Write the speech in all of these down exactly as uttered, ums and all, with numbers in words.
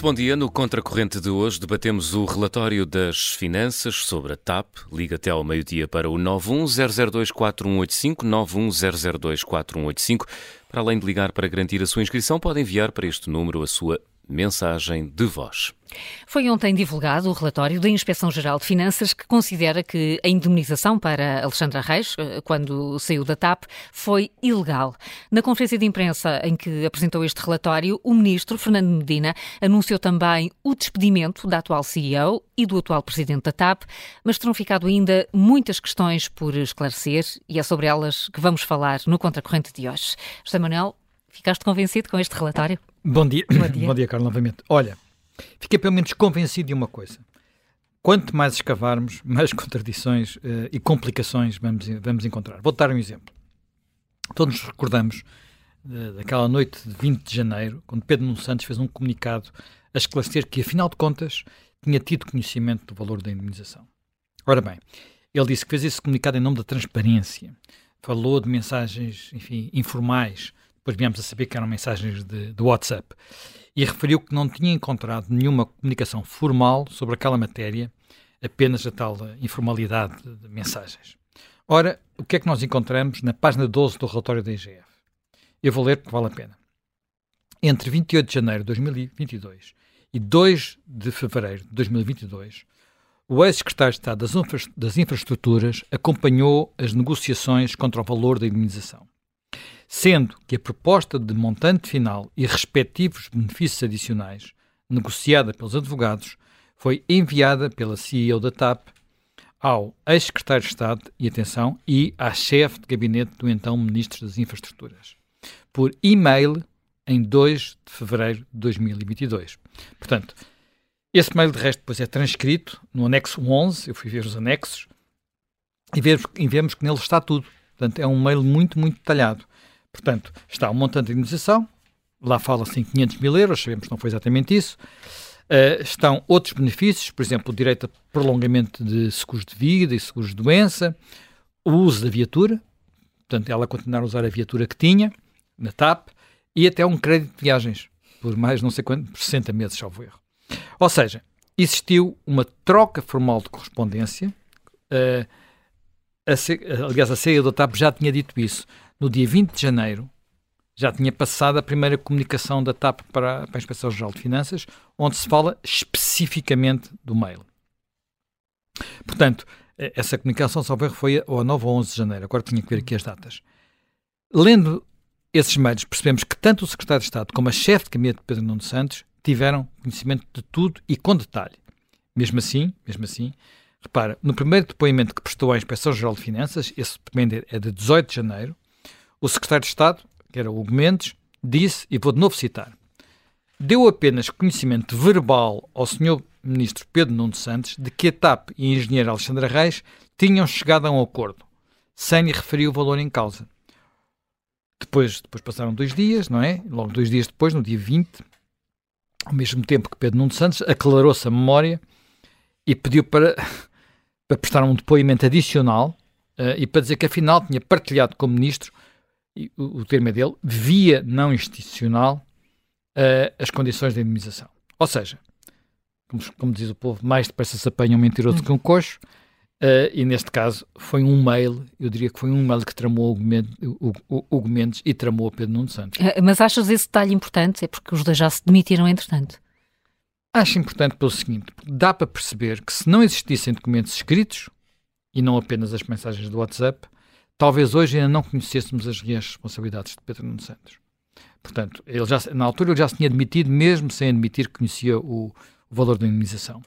Muito bom dia. No Contracorrente de hoje debatemos o relatório das finanças sobre a T A P. Liga até ao meio-dia para o nove um zero zero dois quatro um oito cinco, nove um zero zero dois quatro um oito cinco. Para além de ligar para garantir a sua inscrição, pode enviar para este número a sua mensagem de voz. Foi ontem divulgado o relatório da Inspeção-Geral de Finanças, que considera que a indemnização para Alexandra Reis, quando saiu da T A P, foi ilegal. Na conferência de imprensa em que apresentou este relatório, o ministro Fernando Medina anunciou também o despedimento da atual C E O e do atual presidente da T A P, mas terão ficado ainda muitas questões por esclarecer e é sobre elas que vamos falar no Contracorrente de hoje. José Manuel, ficaste convencido com este relatório? Bom dia, bom dia, bom dia Carlos, novamente. Olha, fiquei pelo menos convencido de uma coisa. Quanto mais escavarmos, mais contradições uh, e complicações vamos, vamos encontrar. Vou dar um exemplo. Todos nos recordamos uh, daquela noite de vinte de janeiro, quando Pedro Nuno Santos fez um comunicado a esclarecer que, afinal de contas, tinha tido conhecimento do valor da indemnização. Ora bem, ele disse que fez esse comunicado em nome da transparência. Falou de mensagens, enfim, informais. Depois viemos a saber que eram mensagens de, de WhatsApp. E referiu que não tinha encontrado nenhuma comunicação formal sobre aquela matéria, apenas a tal informalidade de mensagens. Ora, o que é que nós encontramos na página doze do relatório da I G F? Eu vou ler porque vale a pena. Entre vinte e oito de janeiro de dois mil e vinte e dois e dois de fevereiro de dois mil e vinte e dois, o ex-secretário de Estado das, infra das Infraestruturas acompanhou as negociações contra o valor da indemnização, sendo que a proposta de montante final e respectivos benefícios adicionais, negociada pelos advogados, foi enviada pela C E O da T A P ao ex-secretário de Estado, e atenção, e à chefe de gabinete do então Ministro das Infraestruturas, por e-mail em dois de fevereiro de dois mil e vinte e dois. Portanto, esse e-mail de resto depois é transcrito no anexo onze, eu fui ver os anexos, e vemos, e vemos que nele está tudo. Portanto, é um e-mail muito, muito detalhado. Portanto, está um montante de indemnização, lá fala-se em quinhentos mil euros, sabemos que não foi exatamente isso. Uh, estão outros benefícios, por exemplo, o direito a prolongamento de seguros de vida e seguros de doença, o uso da viatura, portanto, ela continuar a usar a viatura que tinha, na T A P, e até um crédito de viagens, por mais não sei quanto, por sessenta meses, salvo erro. Ou seja, existiu uma troca formal de correspondência, uh, a C, aliás, a C E O da T A P já tinha dito isso. No dia vinte de janeiro, já tinha passado a primeira comunicação da T A P para, para a Inspeção-Geral de Finanças, onde se fala especificamente do mail. Portanto, essa comunicação, salvo erro, foi ao nove ou onze de janeiro. Agora tinha que ver aqui as datas. Lendo esses mails, percebemos que tanto o Secretário de Estado como a chefe de gabinete de Pedro Nuno Santos tiveram conhecimento de tudo e com detalhe. Mesmo assim, mesmo assim, repara, no primeiro depoimento que prestou à Inspeção-Geral de Finanças, esse depoimento é de dezoito de janeiro, o secretário de Estado, que era o Hugo Mendes, disse, e vou de novo citar, deu apenas conhecimento verbal ao senhor Ministro Pedro Nuno Santos de que a T A P e a engenheira Alexandra Reis tinham chegado a um acordo, sem lhe referir o valor em causa. Depois, depois passaram dois dias, não é? Logo dois dias depois, no dia vinte, ao mesmo tempo que Pedro Nuno Santos aclarou-se a memória e pediu para, para prestar um depoimento adicional uh, e para dizer que afinal tinha partilhado com o Ministro, e o, o termo é dele, via não institucional, uh, as condições de indemnização. Ou seja, como, como diz o povo, mais depressa se apanha um mentiroso hum. que um coxo, uh, e neste caso foi um mail, eu diria que foi um mail que tramou o Hugo Mendes e tramou a Pedro Nuno Santos. Mas achas esse detalhe importante? É porque os dois já se demitiram entretanto. Acho importante pelo seguinte, dá para perceber que se não existissem documentos escritos, e não apenas as mensagens do WhatsApp, talvez hoje ainda não conhecêssemos as reais responsabilidades de Pedro Nuno Santos. Portanto, ele já, na altura ele já se tinha admitido, mesmo sem admitir que conhecia o, o valor da indemnização.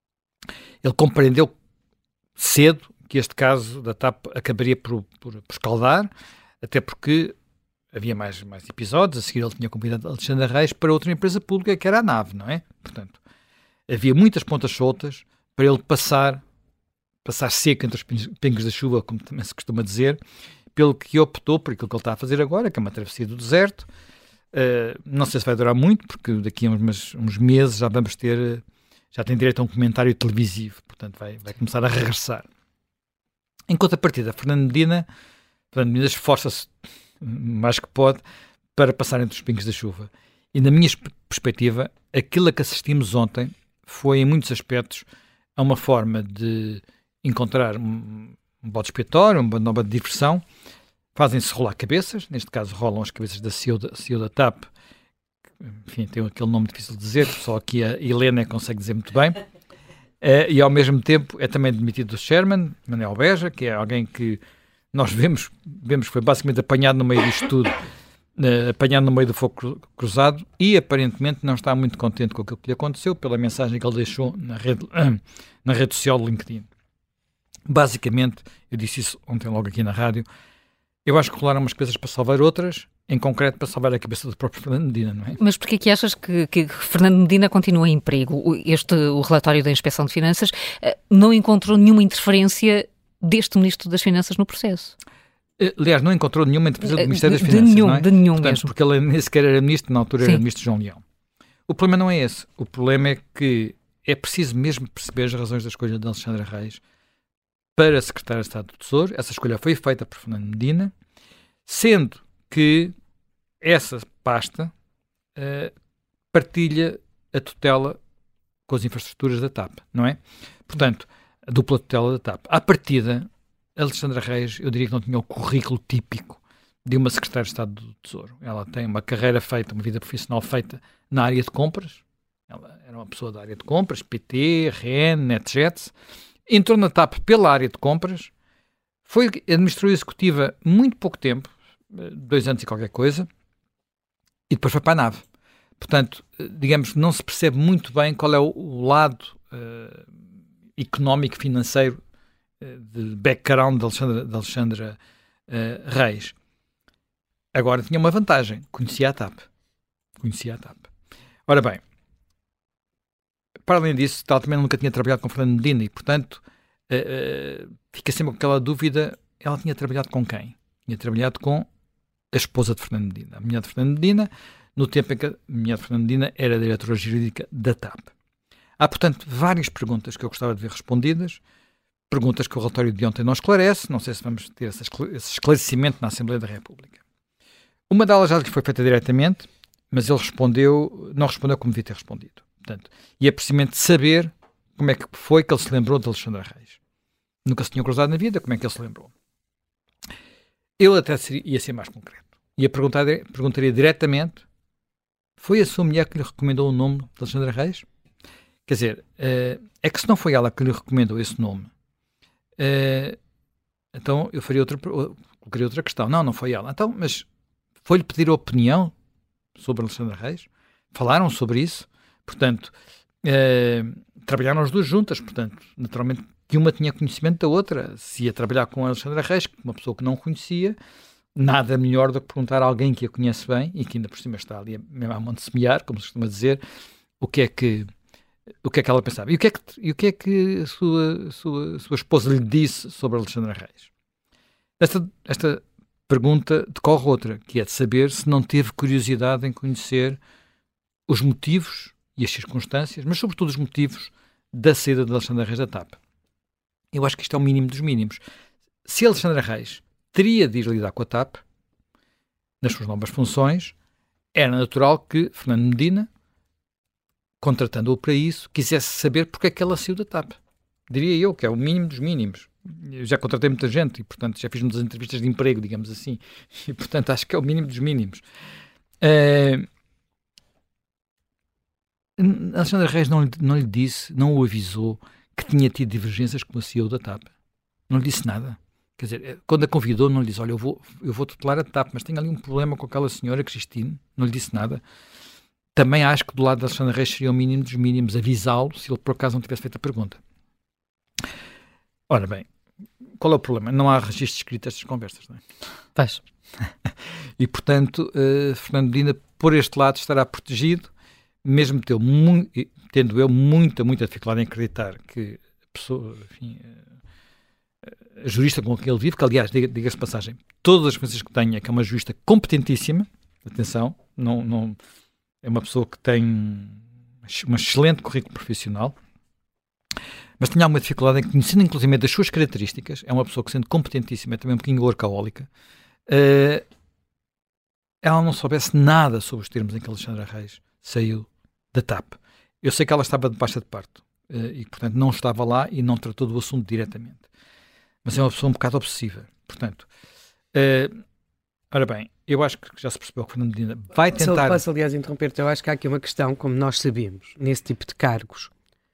Ele compreendeu cedo que este caso da T A P acabaria por, por, por escaldar, até porque havia mais, mais episódios. A seguir ele tinha convidado Alexandre Reis para outra empresa pública, que era a NAV, não é? Portanto, havia muitas pontas soltas para ele passar, passar seco entre os pingos da chuva, como também se costuma dizer, pelo que optou por aquilo que ele está a fazer agora, que é uma travessia do deserto. Uh, não sei se vai durar muito, porque daqui a uns, uns meses já vamos ter, já tem direito a um comentário televisivo, portanto vai, vai começar a regressar. Em contrapartida, Fernando Medina, Fernando Medina esforça-se mais que pode para passar entre os pingos da chuva. E na minha perspectiva, aquilo a que assistimos ontem foi, em muitos aspectos, a uma forma de encontrar um, um bode expiatório, uma nova diversão. Fazem-se rolar cabeças, neste caso rolam as cabeças da C E O da, C E O da TAP, enfim, tem aquele nome difícil de dizer, só aqui a Helena consegue dizer muito bem. Uh, e ao mesmo tempo é também demitido o chairman, Manuel Beja, que é alguém que nós vemos, vemos que foi basicamente apanhado no meio disto tudo, uh, apanhado no meio do fogo cruzado, e aparentemente não está muito contente com aquilo que lhe aconteceu, pela mensagem que ele deixou na rede, uh, na rede social do LinkedIn. Basicamente, eu disse isso ontem logo aqui na rádio, eu acho que rolaram umas coisas para salvar outras, em concreto para salvar a cabeça do próprio Fernando Medina, não é? Mas porquê que achas que, que Fernando Medina continua em emprego? Este, o relatório da Inspeção de Finanças, não encontrou nenhuma interferência deste Ministro das Finanças no processo? Aliás, não encontrou nenhuma interferência do Ministério das de Finanças, nenhum, não é? De nenhum Portanto, mesmo. Porque ele nem sequer era Ministro, na altura Sim. era Ministro João Leão. O problema não é esse. O problema é que é preciso mesmo perceber as razões da escolha de Alexandre Reis para Secretário de Estado do Tesouro. Essa escolha foi feita por Fernando Medina, sendo que essa pasta uh, partilha a tutela com as infraestruturas da TAP, não é? Portanto, a dupla tutela da TAP. À partida, Alexandra Reis, eu diria que não tinha o currículo típico de uma secretária de Estado do Tesouro. Ela tem uma carreira feita, uma vida profissional feita na área de compras. Ela era uma pessoa da área de compras, P T, R N, NetJets. Entrou na TAP pela área de compras. Foi administradora executiva muito pouco tempo, dois anos e qualquer coisa. E depois foi para a nave. Portanto, digamos, não se percebe muito bem qual é o, o lado uh, económico, financeiro, uh, de background de Alexandra, de Alexandra uh, Reis. Agora tinha uma vantagem, conhecia a TAP. Conhecia a TAP. Ora bem, para além disso, tal também nunca tinha trabalhado com Fernando Medina e, portanto, uh, uh, fica sempre com aquela dúvida, ela tinha trabalhado com quem? Tinha trabalhado com a esposa de Fernando Medina, a mulher de Fernando Medina, no tempo em que a mulher de Fernando Medina era diretora jurídica da TAP. Há, portanto, várias perguntas que eu gostava de ver respondidas, perguntas que o relatório de ontem não esclarece, não sei se vamos ter esse esclarecimento na Assembleia da República. Uma delas já lhe foi feita diretamente, mas ele respondeu, não respondeu como devia ter respondido. Portanto, e é precisamente saber como é que foi que ele se lembrou de Alexandre Reis. Nunca se tinha cruzado na vida, como é que ele se lembrou? Eu até seria, ia ser mais concreto. Ia perguntar, perguntaria diretamente, foi a sua mulher que lhe recomendou o nome de Alexandre Reis? Quer dizer, uh, é que se não foi ela que lhe recomendou esse nome, uh, então eu faria outra, colocaria outra questão. Não, não foi ela. Então, mas foi-lhe pedir a opinião sobre Alexandre Reis? Falaram sobre isso? Portanto, uh, trabalharam as duas juntas, portanto, naturalmente, que uma tinha conhecimento da outra. Se ia trabalhar com a Alexandra Reis, uma pessoa que não conhecia, nada melhor do que perguntar a alguém que a conhece bem e que ainda por cima está ali mesmo a monte semear, como se costuma dizer, o que é que, o que, é que ela pensava. E o que é que, e o que, é que a sua, sua, sua esposa lhe disse sobre a Alexandra Reis? Esta, esta pergunta decorre outra, que é de saber se não teve curiosidade em conhecer os motivos e as circunstâncias, mas sobretudo os motivos da saída de Alexandra Reis da TAP. Eu acho que isto é o mínimo dos mínimos. Se Alexandra Reis teria de ir lidar com a TAP, nas suas novas funções, era natural que Fernando Medina, contratando-o para isso, quisesse saber porque é que ela saiu da TAP. Diria eu que é o mínimo dos mínimos. Eu já contratei muita gente e, portanto, já fiz muitas entrevistas de emprego, digamos assim. E, portanto, acho que é o mínimo dos mínimos. Uh, Alexandra Reis não, não lhe disse, não o avisou que tinha tido divergências com a C E O da TAP. Não lhe disse nada. Quer dizer, quando a convidou, não lhe disse, olha, eu vou, eu vou tutelar a TAP, mas tenho ali um problema com aquela senhora, Cristine. Não lhe disse nada. Também acho que do lado de Alexandre Reis seria o mínimo dos mínimos avisá-lo se ele por acaso não tivesse feito a pergunta. Ora bem, qual é o problema? Não há registro escrito destas conversas, não é? Faz. E, portanto, uh, Fernando Medina, por este lado, estará protegido, mesmo tendo, mu- tendo eu muita, muita dificuldade em acreditar que a pessoa, enfim, a jurista com quem ele vive, que aliás, diga- diga-se de passagem, todas as coisas que tenho é que é uma jurista competentíssima, atenção, não, não, é uma pessoa que tem um excelente currículo profissional, mas tinha alguma dificuldade em conhecer, inclusive, das suas características. É uma pessoa que, sendo competentíssima, é também um bocadinho workahólica. Uh, ela não soubesse nada sobre os termos em que Alexandra Reis saiu da T A P. Eu sei que ela estava de baixa de parto e, portanto, não estava lá e não tratou do assunto diretamente. Mas é uma pessoa um bocado obsessiva. Portanto, uh, ora bem, eu acho que já se percebeu que Fernando Medina vai tentar... Se posso, aliás, interromper-te, eu acho que há aqui uma questão, como nós sabemos, nesse tipo de cargos,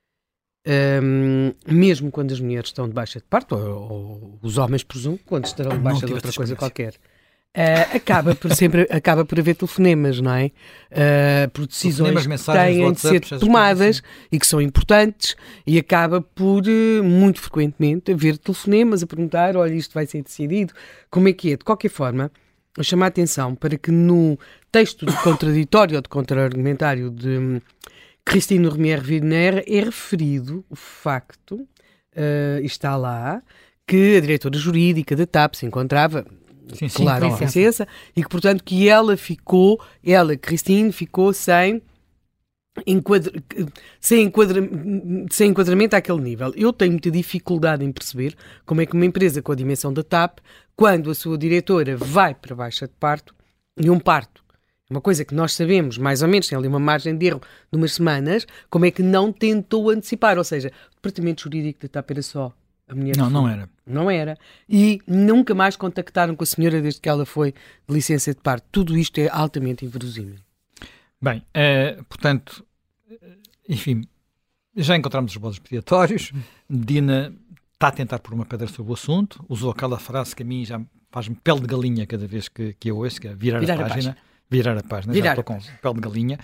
um, mesmo quando as mulheres estão de baixa de parto, ou, ou os homens, presumo, quando estarão de baixa de outra coisa qualquer, uh, acaba, por sempre, acaba por haver telefonemas, não é? Uh, por decisões que têm de ser tomadas e que são importantes, e acaba por, uh, muito frequentemente, haver telefonemas a perguntar, olha, isto vai ser decidido, como é que é? De qualquer forma, eu chamo a atenção para que no texto de contraditório ou de contra-argumentário de Christine Romier-Widner é referido o facto, uh, está lá, que a diretora jurídica da T A P se encontrava, sim, sim, claro, com licença, e que, portanto, que ela ficou, ela, Christine, ficou sem, enquadra, sem, enquadra, sem enquadramento àquele nível. Eu tenho muita dificuldade em perceber como é que uma empresa com a dimensão da T A P, quando a sua diretora vai para baixa de parto, e um parto, uma coisa que nós sabemos, mais ou menos, tem ali uma margem de erro de umas semanas, como é que não tentou antecipar? Ou seja, o departamento jurídico da T A P era só a mulher. Não, não era. Não era. E nunca mais contactaram com a senhora desde que ela foi de licença de parto. Tudo isto é altamente inverosímil. Bem, uh, portanto, enfim, já encontramos os bodes expiatórios. Medina está a tentar pôr uma pedra sobre o assunto. Usou aquela frase que a mim já faz-me pele de galinha cada vez que, que eu ouço, que é virar, virar a, página. a página. Virar a página. Virar já estou com pele de galinha.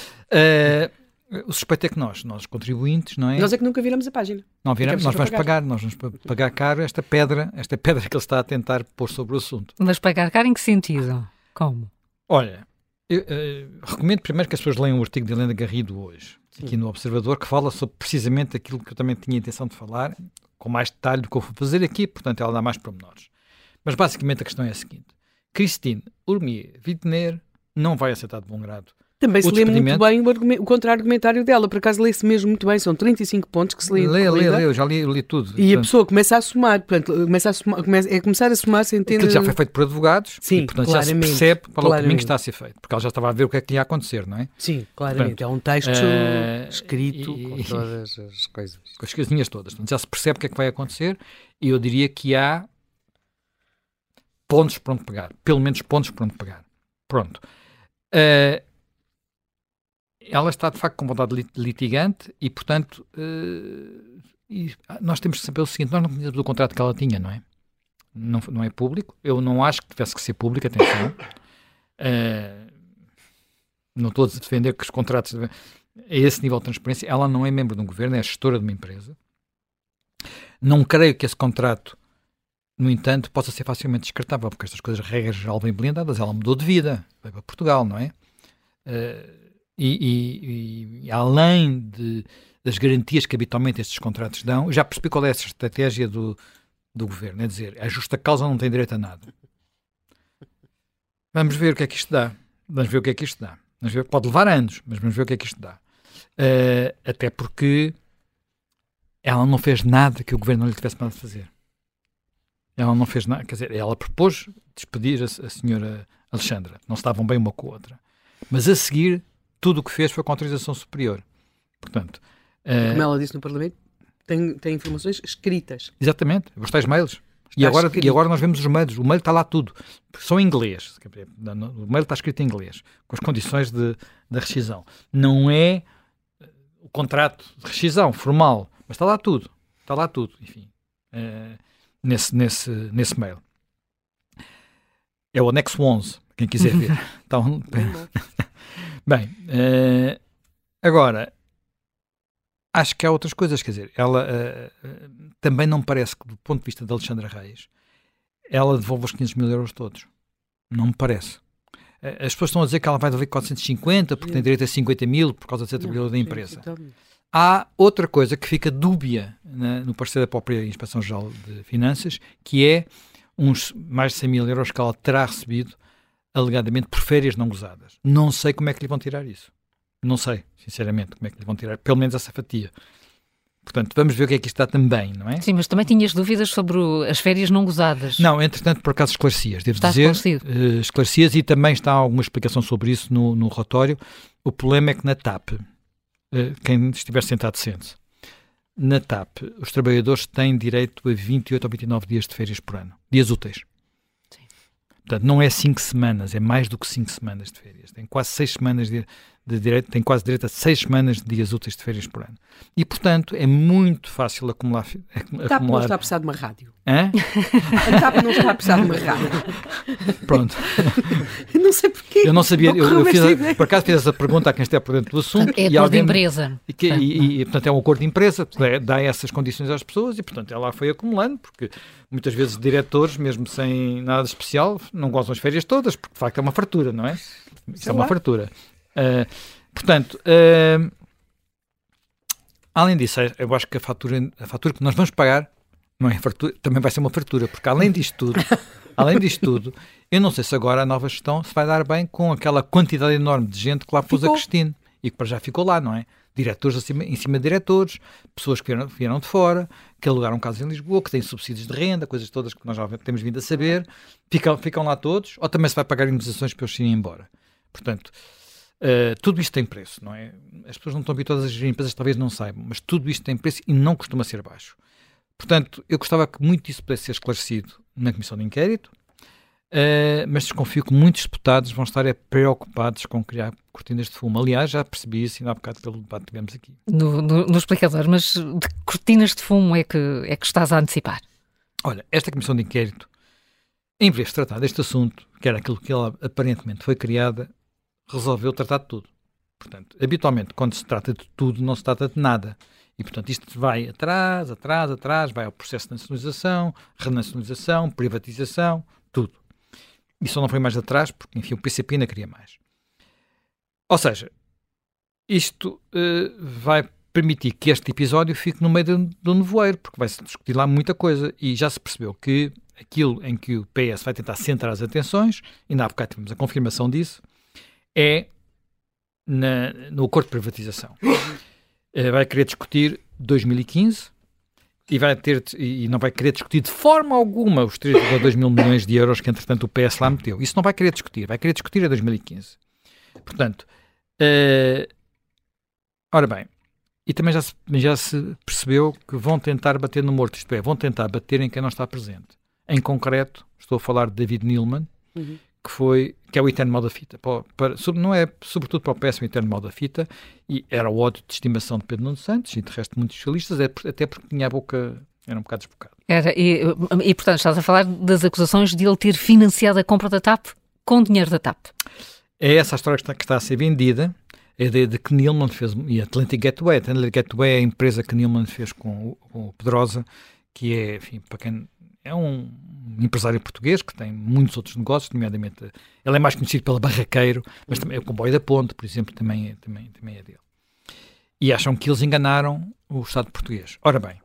Uh, o suspeito é que nós, nós contribuintes, não é? Nós é que nunca viramos a página. Não viramos, nós vamos pagar. pagar, nós vamos pagar caro esta pedra, esta pedra que ele está a tentar pôr sobre o assunto. Mas pagar caro em que sentido? Como? Olha, eu, uh, recomendo primeiro que as pessoas leiam o artigo de Helena Garrido hoje, Sim. aqui no Observador, que fala sobre precisamente aquilo que eu também tinha a intenção de falar, com mais detalhe do que eu vou fazer aqui, portanto ela dá mais pormenores. Mas basicamente a questão é a seguinte: Christine Romier-Widner não vai aceitar de bom grado. Também se lê muito bem o, o contra-argumentário dela, por acaso lê-se mesmo muito bem, são trinta e cinco pontos que se lê. Lê, lê, lê, eu já li, li tudo. E portanto, a pessoa começa a somar, portanto, começa a somar, começa, é começar a somar sem entender... Aquilo já foi feito por advogados, Sim, e portanto já se percebe para o caminho que está a ser feito, porque ela já estava a ver o que é que ia acontecer, não é? Sim, claramente, portanto, é um texto uh, escrito e, com todas as coisas. Com as coisinhas todas, portanto já se percebe o que é que vai acontecer, e eu diria que há pontos para onde pegar, pelo menos pontos para onde pegar. Pronto. Uh, ela está de facto com vontade litigante e, portanto, uh, e nós temos que saber o seguinte: nós não conhecemos o contrato que ela tinha, não é? Não, não é público. Eu não acho que tivesse que ser público, atenção. Uh, não estou a defender que os contratos a esse nível de transparência. Ela não é membro de um governo, é gestora de uma empresa. Não creio que esse contrato, no entanto, possa ser facilmente descartável, porque estas coisas, regras geral bem blindadas, ela mudou de vida, veio para Portugal, não é? Uh, e, e, e além de, das garantias que habitualmente estes contratos dão, já percebi qual é essa estratégia do, do governo, é dizer, a justa causa não tem direito a nada. Vamos ver o que é que isto dá. Vamos ver o que é que isto dá. Vamos ver, pode levar anos, mas vamos ver o que é que isto dá. Uh, até porque ela não fez nada que o governo não lhe tivesse mandado fazer. Ela não fez nada, quer dizer, ela propôs despedir a, a senhora Alexandra. Não se davam bem uma com a outra. Mas a seguir, tudo o que fez foi com autorização superior. Portanto... Uh, Como ela disse no Parlamento, tem, tem informações escritas. Exatamente, os tais mails. E agora, e agora nós vemos os mails. O mail está lá tudo. São em inglês. O mail está escrito em inglês, com as condições de, de rescisão. Não é o contrato de rescisão formal, mas está lá tudo. Está lá tudo, enfim. Uh, Nesse, nesse, nesse mail. É o anexo onze, quem quiser ver. Então, bem, uh, agora, acho que há outras coisas, quer dizer, ela uh, também não me parece que, do ponto de vista de Alexandra Reis, ela devolve os quinhentos mil euros todos. Não me parece. Uh, as pessoas estão a dizer que ela vai devolver quatrocentos e cinquenta, porque sim, tem direito a cinquenta mil, por causa de ser trabalhador da empresa. Sim, há outra coisa que fica dúbia na, no parecer da própria Inspeção-Geral de Finanças, que é uns mais de cem mil euros que ela terá recebido, alegadamente, por férias não gozadas. Não sei como é que lhe vão tirar isso. Não sei, sinceramente, como é que lhe vão tirar, pelo menos essa fatia. Portanto, vamos ver o que é que isto está também, não é? Sim, mas também tinhas dúvidas sobre as férias não gozadas. Não, entretanto, por acaso esclarecias, devo está dizer. Esclarecido. Uh, esclarecias e também está alguma explicação sobre isso no, no relatório. O problema é que na TAP, uh, quem estiver sentado sente-se, na TAP os trabalhadores têm direito a vinte e oito ou vinte e nove dias de férias por ano. Dias úteis. Sim. Portanto, não é cinco semanas, é mais do que cinco semanas de férias. Tem quase seis semanas de... De direito, tem quase direito a seis semanas de dias úteis de férias por ano. E, portanto, é muito fácil acumular... A TAP não está a precisar de uma rádio. Hã? A TAP não está a precisar de uma rádio. Pronto. Não sei porquê. Eu não sabia, eu, eu fiz, a, por acaso fiz essa pergunta a quem está por dentro do assunto. É e acordo alguém, de empresa. E, que, e, e, portanto, é um acordo de empresa, dá essas condições às pessoas e, portanto, ela foi acumulando, porque muitas vezes diretores, mesmo sem nada de especial, não gozam as férias todas, porque, de facto, é uma fartura, não é? Isso Sei é uma lá. fartura. Uh, portanto, uh, além disso, eu acho que a fatura, a fatura que nós vamos pagar não é fartura, também vai ser uma fartura, porque além disto tudo, além disto tudo, eu não sei se agora a nova gestão se vai dar bem com aquela quantidade enorme de gente que lá pôs a Cristine e que para já ficou lá, não é? Diretores acima, em cima de diretores, pessoas que vieram, vieram de fora, que alugaram casas em Lisboa, que têm subsídios de renda, coisas todas que nós já temos vindo a saber, ficam, ficam lá todos, ou também se vai pagar indenizações para eles irem embora. Portanto, Uh, tudo isto tem preço, não é? As pessoas não estão habituadas a gerir empresas, talvez não saibam, mas tudo isto tem preço e não costuma ser baixo. Portanto, eu gostava que muito disso pudesse ser esclarecido na Comissão de Inquérito, uh, mas desconfio que muitos deputados vão estar é, preocupados com criar cortinas de fumo. Aliás, já percebi isso ainda há bocado pelo debate que tivemos aqui. No, no, no explicador, mas de cortinas de fumo é que, é que estás a antecipar? Olha, esta Comissão de Inquérito, em vez de tratar deste assunto, que era aquilo que ela aparentemente foi criada, resolveu tratar de tudo. Portanto, habitualmente, quando se trata de tudo, não se trata de nada. E, portanto, isto vai atrás, atrás, atrás, vai ao processo de nacionalização, renacionalização, privatização, tudo. E só não foi mais atrás, porque, enfim, o P C P ainda queria mais. Ou seja, isto uh, vai permitir que este episódio fique no meio do, do nevoeiro, porque vai-se discutir lá muita coisa. E já se percebeu que aquilo em que o P S vai tentar centrar as atenções, ainda há bocado tivemos a confirmação disso, é na, no acordo de privatização. Uh, vai querer discutir dois mil e quinze e, vai ter, e não vai querer discutir de forma alguma os três vírgula dois mil milhões de euros que, entretanto, o P S lá meteu. Isso não vai querer discutir. Vai querer discutir a dois mil e quinze. Portanto, uh, ora bem, e também já se, já se percebeu que vão tentar bater no morto. Isto é, vão tentar bater em quem não está presente. Em concreto, estou a falar de David Neilman, uhum. que foi, que é o eterno mal da fita. Para, para, não é, sobretudo para o P S, o eterno mal da fita, e era o ódio de estimação de Pedro Nuno Santos, e de resto muitos socialistas, até porque tinha a boca, era um bocado desbocado. Era, e, e, portanto, estás a falar das acusações de ele ter financiado a compra da TAP com dinheiro da TAP. É essa a história que está, que está a ser vendida, a ideia de que Neilman fez, e Atlantic Gateway, Atlantic Gateway é a empresa que Neilman fez com o, com o Pedrosa, que é, enfim, para quem... É um empresário português que tem muitos outros negócios, nomeadamente, ele é mais conhecido pela Barraqueiro, mas também o Comboio da Ponte, por exemplo, também é, também, também é dele. E acham que eles enganaram o Estado português. Ora bem,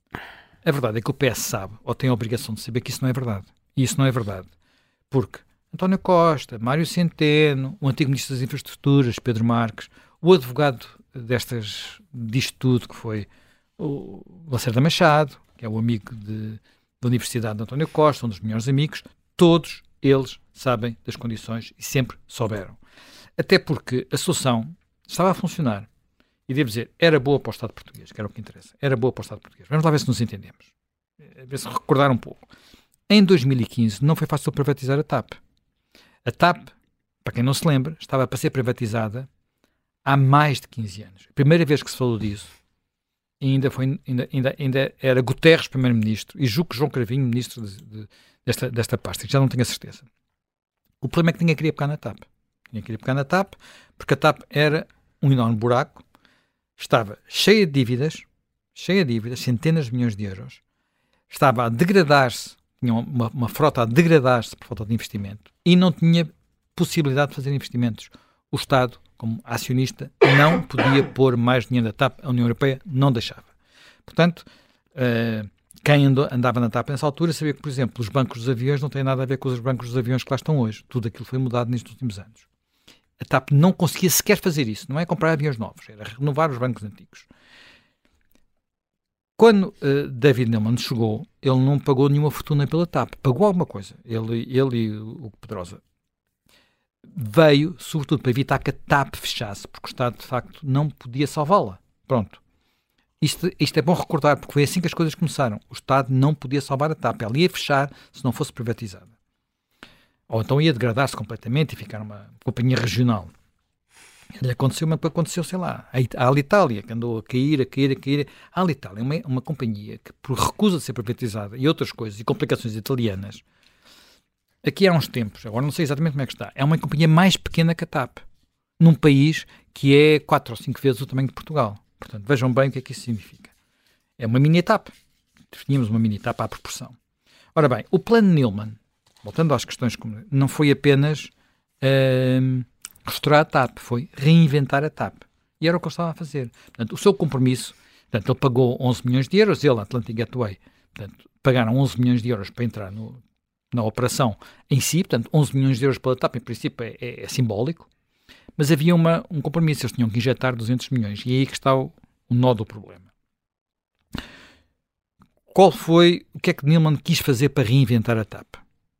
a verdade é que o P S sabe, ou tem a obrigação de saber que isso não é verdade. E isso não é verdade. Porque António Costa, Mário Centeno, o antigo Ministro das Infraestruturas, Pedro Marques, o advogado destas, disto tudo, que foi o Lacerda Machado, que é o amigo de... da Universidade de António Costa, um dos melhores amigos, todos eles sabem das condições e sempre souberam. Até porque a solução estava a funcionar. E devo dizer, era boa para o Estado português, que era o que interessa. Era boa para o Estado português. Vamos lá ver se nos entendemos. Ver se recordar um pouco. Em dois mil e quinze não foi fácil privatizar a TAP. A TAP, para quem não se lembra, estava para ser privatizada há mais de quinze anos. A primeira vez que se falou disso, ainda, foi, ainda, ainda, ainda era Guterres primeiro-ministro e julgo que João Cravinho ministro de, de, desta, desta pasta, já não tenho a certeza. O problema é que ninguém queria pegar na TAP. Ninguém queria pegar na TAP porque a TAP era um enorme buraco, estava cheia de dívidas, cheia de dívidas, centenas de milhões de euros, estava a degradar-se, tinha uma, uma frota a degradar-se por falta de investimento e não tinha possibilidade de fazer investimentos. O Estado, como acionista, não podia pôr mais dinheiro na TAP, a União Europeia não deixava. Portanto, uh, quem andou, andava na TAP nessa altura sabia que, por exemplo, os bancos dos aviões não têm nada a ver com os bancos dos aviões que lá estão hoje. Tudo aquilo foi mudado nestes últimos anos. A TAP não conseguia sequer fazer isso. Não é comprar aviões novos, era renovar os bancos antigos. Quando uh, David Neeleman chegou, ele não pagou nenhuma fortuna pela TAP. Pagou alguma coisa. Ele, ele e o Hugo Pedrosa. Veio, sobretudo, para evitar que a TAP fechasse, porque o Estado, de facto, não podia salvá-la. Pronto. Isto, isto é bom recordar, porque foi assim que as coisas começaram. O Estado não podia salvar a TAP. Ela ia fechar se não fosse privatizada. Ou então ia degradar-se completamente e ficar uma companhia regional. E aconteceu, mas aconteceu, sei lá, a Alitalia, que andou a cair, a cair, a cair. A Alitalia é uma, uma companhia que, por recusa de ser privatizada e outras coisas, e complicações italianas, aqui há uns tempos, agora não sei exatamente como é que está, é uma companhia mais pequena que a TAP, num país que é quatro ou cinco vezes o tamanho de Portugal. Portanto, vejam bem o que é que isso significa. É uma mini-TAP. Definimos uma mini-TAP à proporção. Ora bem, o plano Neeleman, voltando às questões, não foi apenas uh, restaurar a TAP, foi reinventar a TAP. E era o que ele estava a fazer. Portanto, o seu compromisso, portanto, ele pagou onze milhões de euros, ele, a Atlantic Gateway, portanto, pagaram onze milhões de euros para entrar no, na operação em si, portanto, onze milhões de euros pela TAP, em princípio, é, é, é simbólico. Mas havia uma, um compromisso, eles tinham que injetar duzentos milhões. E é aí que está o, o nó do problema. Qual foi, o que é que Neeleman quis fazer para reinventar a TAP?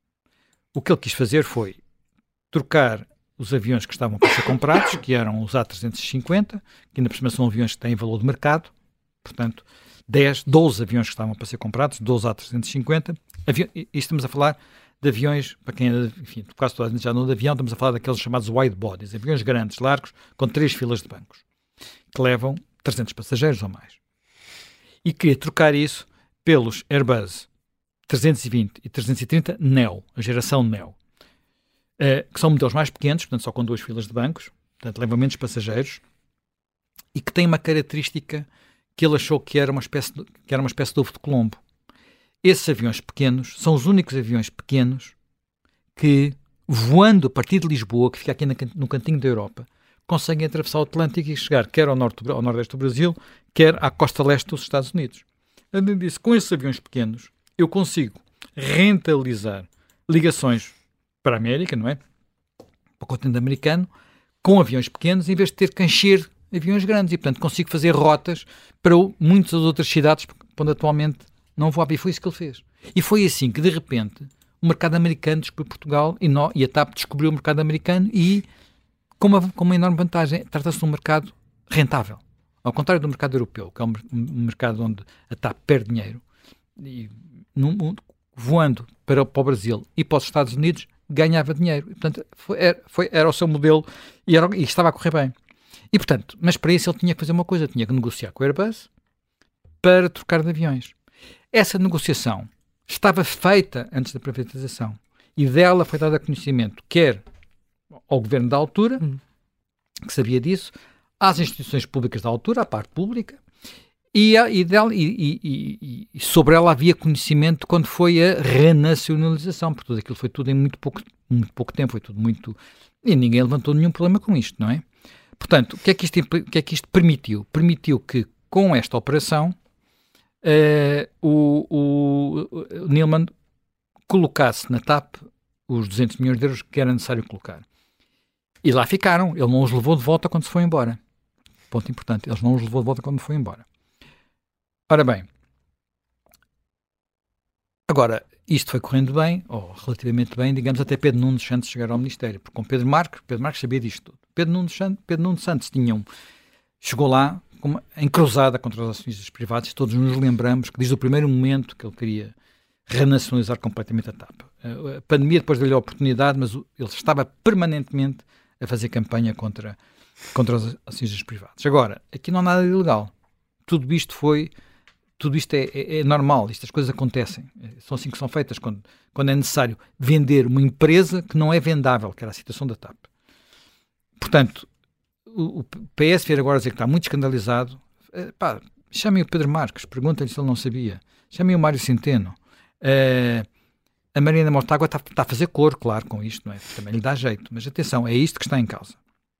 O que ele quis fazer foi trocar os aviões que estavam para ser comprados, que eram os A trezentos e cinquenta, que ainda por cima são aviões que têm valor de mercado, portanto, dez, doze aviões que estavam para ser comprados, doze A trezentos e cinquenta. Avi- e estamos a falar de aviões, para quem, enfim, quase toda a gente já andou de avião, estamos a falar daqueles chamados wide bodies, aviões grandes, largos, com três filas de bancos, que levam trezentos passageiros ou mais. E queria trocar isso pelos Airbus trezentos e vinte e trezentos e trinta Neo, a geração Neo, uh, que são modelos mais pequenos, portanto só com duas filas de bancos, portanto levam menos passageiros, e que têm uma característica que ele achou que era uma espécie de, que era uma espécie de ovo de Colombo. Esses aviões pequenos são os únicos aviões pequenos que, voando a partir de Lisboa, que fica aqui no cantinho da Europa, conseguem atravessar o Atlântico e chegar quer ao, norte, ao nordeste do Brasil, quer à costa leste dos Estados Unidos. Além disso, com esses aviões pequenos, eu consigo rentabilizar ligações para a América, não é? Para o continente americano, com aviões pequenos, em vez de ter que encher aviões grandes. E, portanto, consigo fazer rotas para muitas outras cidades, onde atualmente não voava. E foi isso que ele fez. E foi assim que, de repente, o mercado americano descobriu Portugal e, no, e a TAP descobriu o mercado americano e, com uma, com uma enorme vantagem, trata-se de um mercado rentável. Ao contrário do mercado europeu, que é um, um mercado onde a TAP perde dinheiro, e num, voando para, para o Brasil e para os Estados Unidos, ganhava dinheiro. E, portanto, foi, era, foi, era o seu modelo e, era, e estava a correr bem. E, portanto, mas para isso ele tinha que fazer uma coisa, tinha que negociar com o Airbus para trocar de aviões. Essa negociação estava feita antes da privatização e dela foi dada conhecimento, quer ao governo da altura, hum. que sabia disso, às instituições públicas da altura, à parte pública, e, e, dela, e, e, e sobre ela havia conhecimento quando foi a renacionalização, porque tudo aquilo foi tudo em muito pouco, muito pouco tempo, foi tudo muito... E ninguém levantou nenhum problema com isto, não é? Portanto, o que é que isto, o que é que isto permitiu? Permitiu que, com esta operação, uh, o, o, o Neeleman colocasse na TAP os duzentos milhões de euros que era necessário colocar. E lá ficaram. Ele não os levou de volta quando se foi embora. Ponto importante. Ele não os levou de volta quando foi embora. Ora bem, agora, isto foi correndo bem, ou relativamente bem, digamos, até Pedro Nuno Santos chegar ao Ministério, porque com Pedro Marques, Pedro Marques sabia disto tudo. Pedro Nuno Santos, Pedro Nuno Santos tinha um, chegou lá com uma encruzada contra os acionistas privados, todos nos lembramos que desde o primeiro momento que ele queria renacionalizar completamente a TAP. A pandemia depois deu-lhe a oportunidade, mas ele estava permanentemente a fazer campanha contra, contra os acionistas privados. Agora, aqui não há nada de ilegal. Tudo isto foi... Tudo isto é, é, é normal, estas coisas acontecem. São assim que são feitas, quando, quando é necessário vender uma empresa que não é vendável, que era a situação da TAP. Portanto, o, o P S vir agora dizer que está muito escandalizado, é, pá, chamem o Pedro Marques, perguntem-lhe se ele não sabia. Chamem o Mário Centeno. É, a Mariana Mortágua está, está a fazer cor, claro, com isto, não é? Também lhe dá jeito. Mas atenção, é isto que está em causa.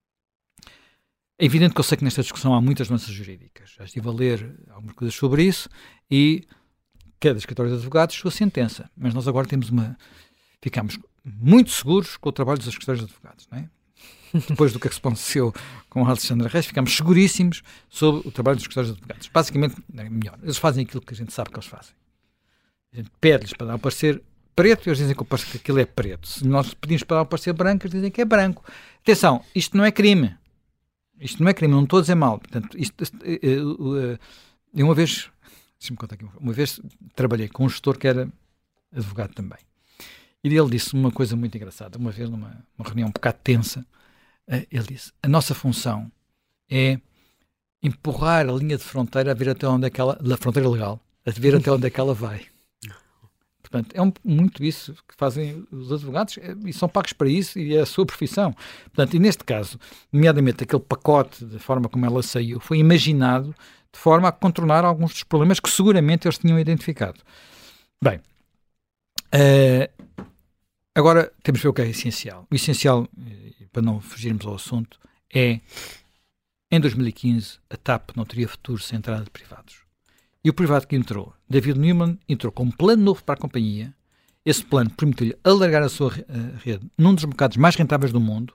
É evidente que eu sei que nesta discussão há muitas nuances jurídicas. Já estive a ler algumas coisas sobre isso e cada escritório de advogados sua sentença. Mas nós agora temos uma... Ficamos muito seguros com o trabalho dos escritórios de advogados, não é? depois do que aconteceu com a Alexandra Reis, ficamos seguríssimos sobre o trabalho dos escritórios de advogados. Basicamente, é melhor. Eles fazem aquilo que a gente sabe que eles fazem. A gente pede-lhes para dar um parecer preto e eles dizem que, o parecer, que aquilo é preto. Se nós pedimos para dar um parecer branco, eles dizem que é branco. Atenção, isto não é crime. Isto não é crime, não estou a dizer mal. Portanto, isto, eu uma vez, deixa-me contar aqui, uma vez trabalhei com um gestor que era advogado também. E ele disse uma coisa muito engraçada. Uma vez, numa uma reunião um bocado tensa, ele disse, a nossa função é empurrar a linha de fronteira a ver até onde é que ela, da fronteira legal, a ver até onde é que ela vai. Portanto, é um, muito isso que fazem os advogados e são pagos para isso e é a sua profissão. Portanto, e neste caso, nomeadamente aquele pacote, da forma como ela saiu, foi imaginado de forma a contornar alguns dos problemas que seguramente eles tinham identificado. Bem, uh, agora temos que ver o que é essencial. O essencial, para não fugirmos ao assunto, é, em dois mil e quinze, a TAP não teria futuro sem entrada de privados. E o privado que entrou, David Newman, entrou com um plano novo para a companhia. Esse plano permitiu-lhe alargar a sua rede num dos mercados mais rentáveis do mundo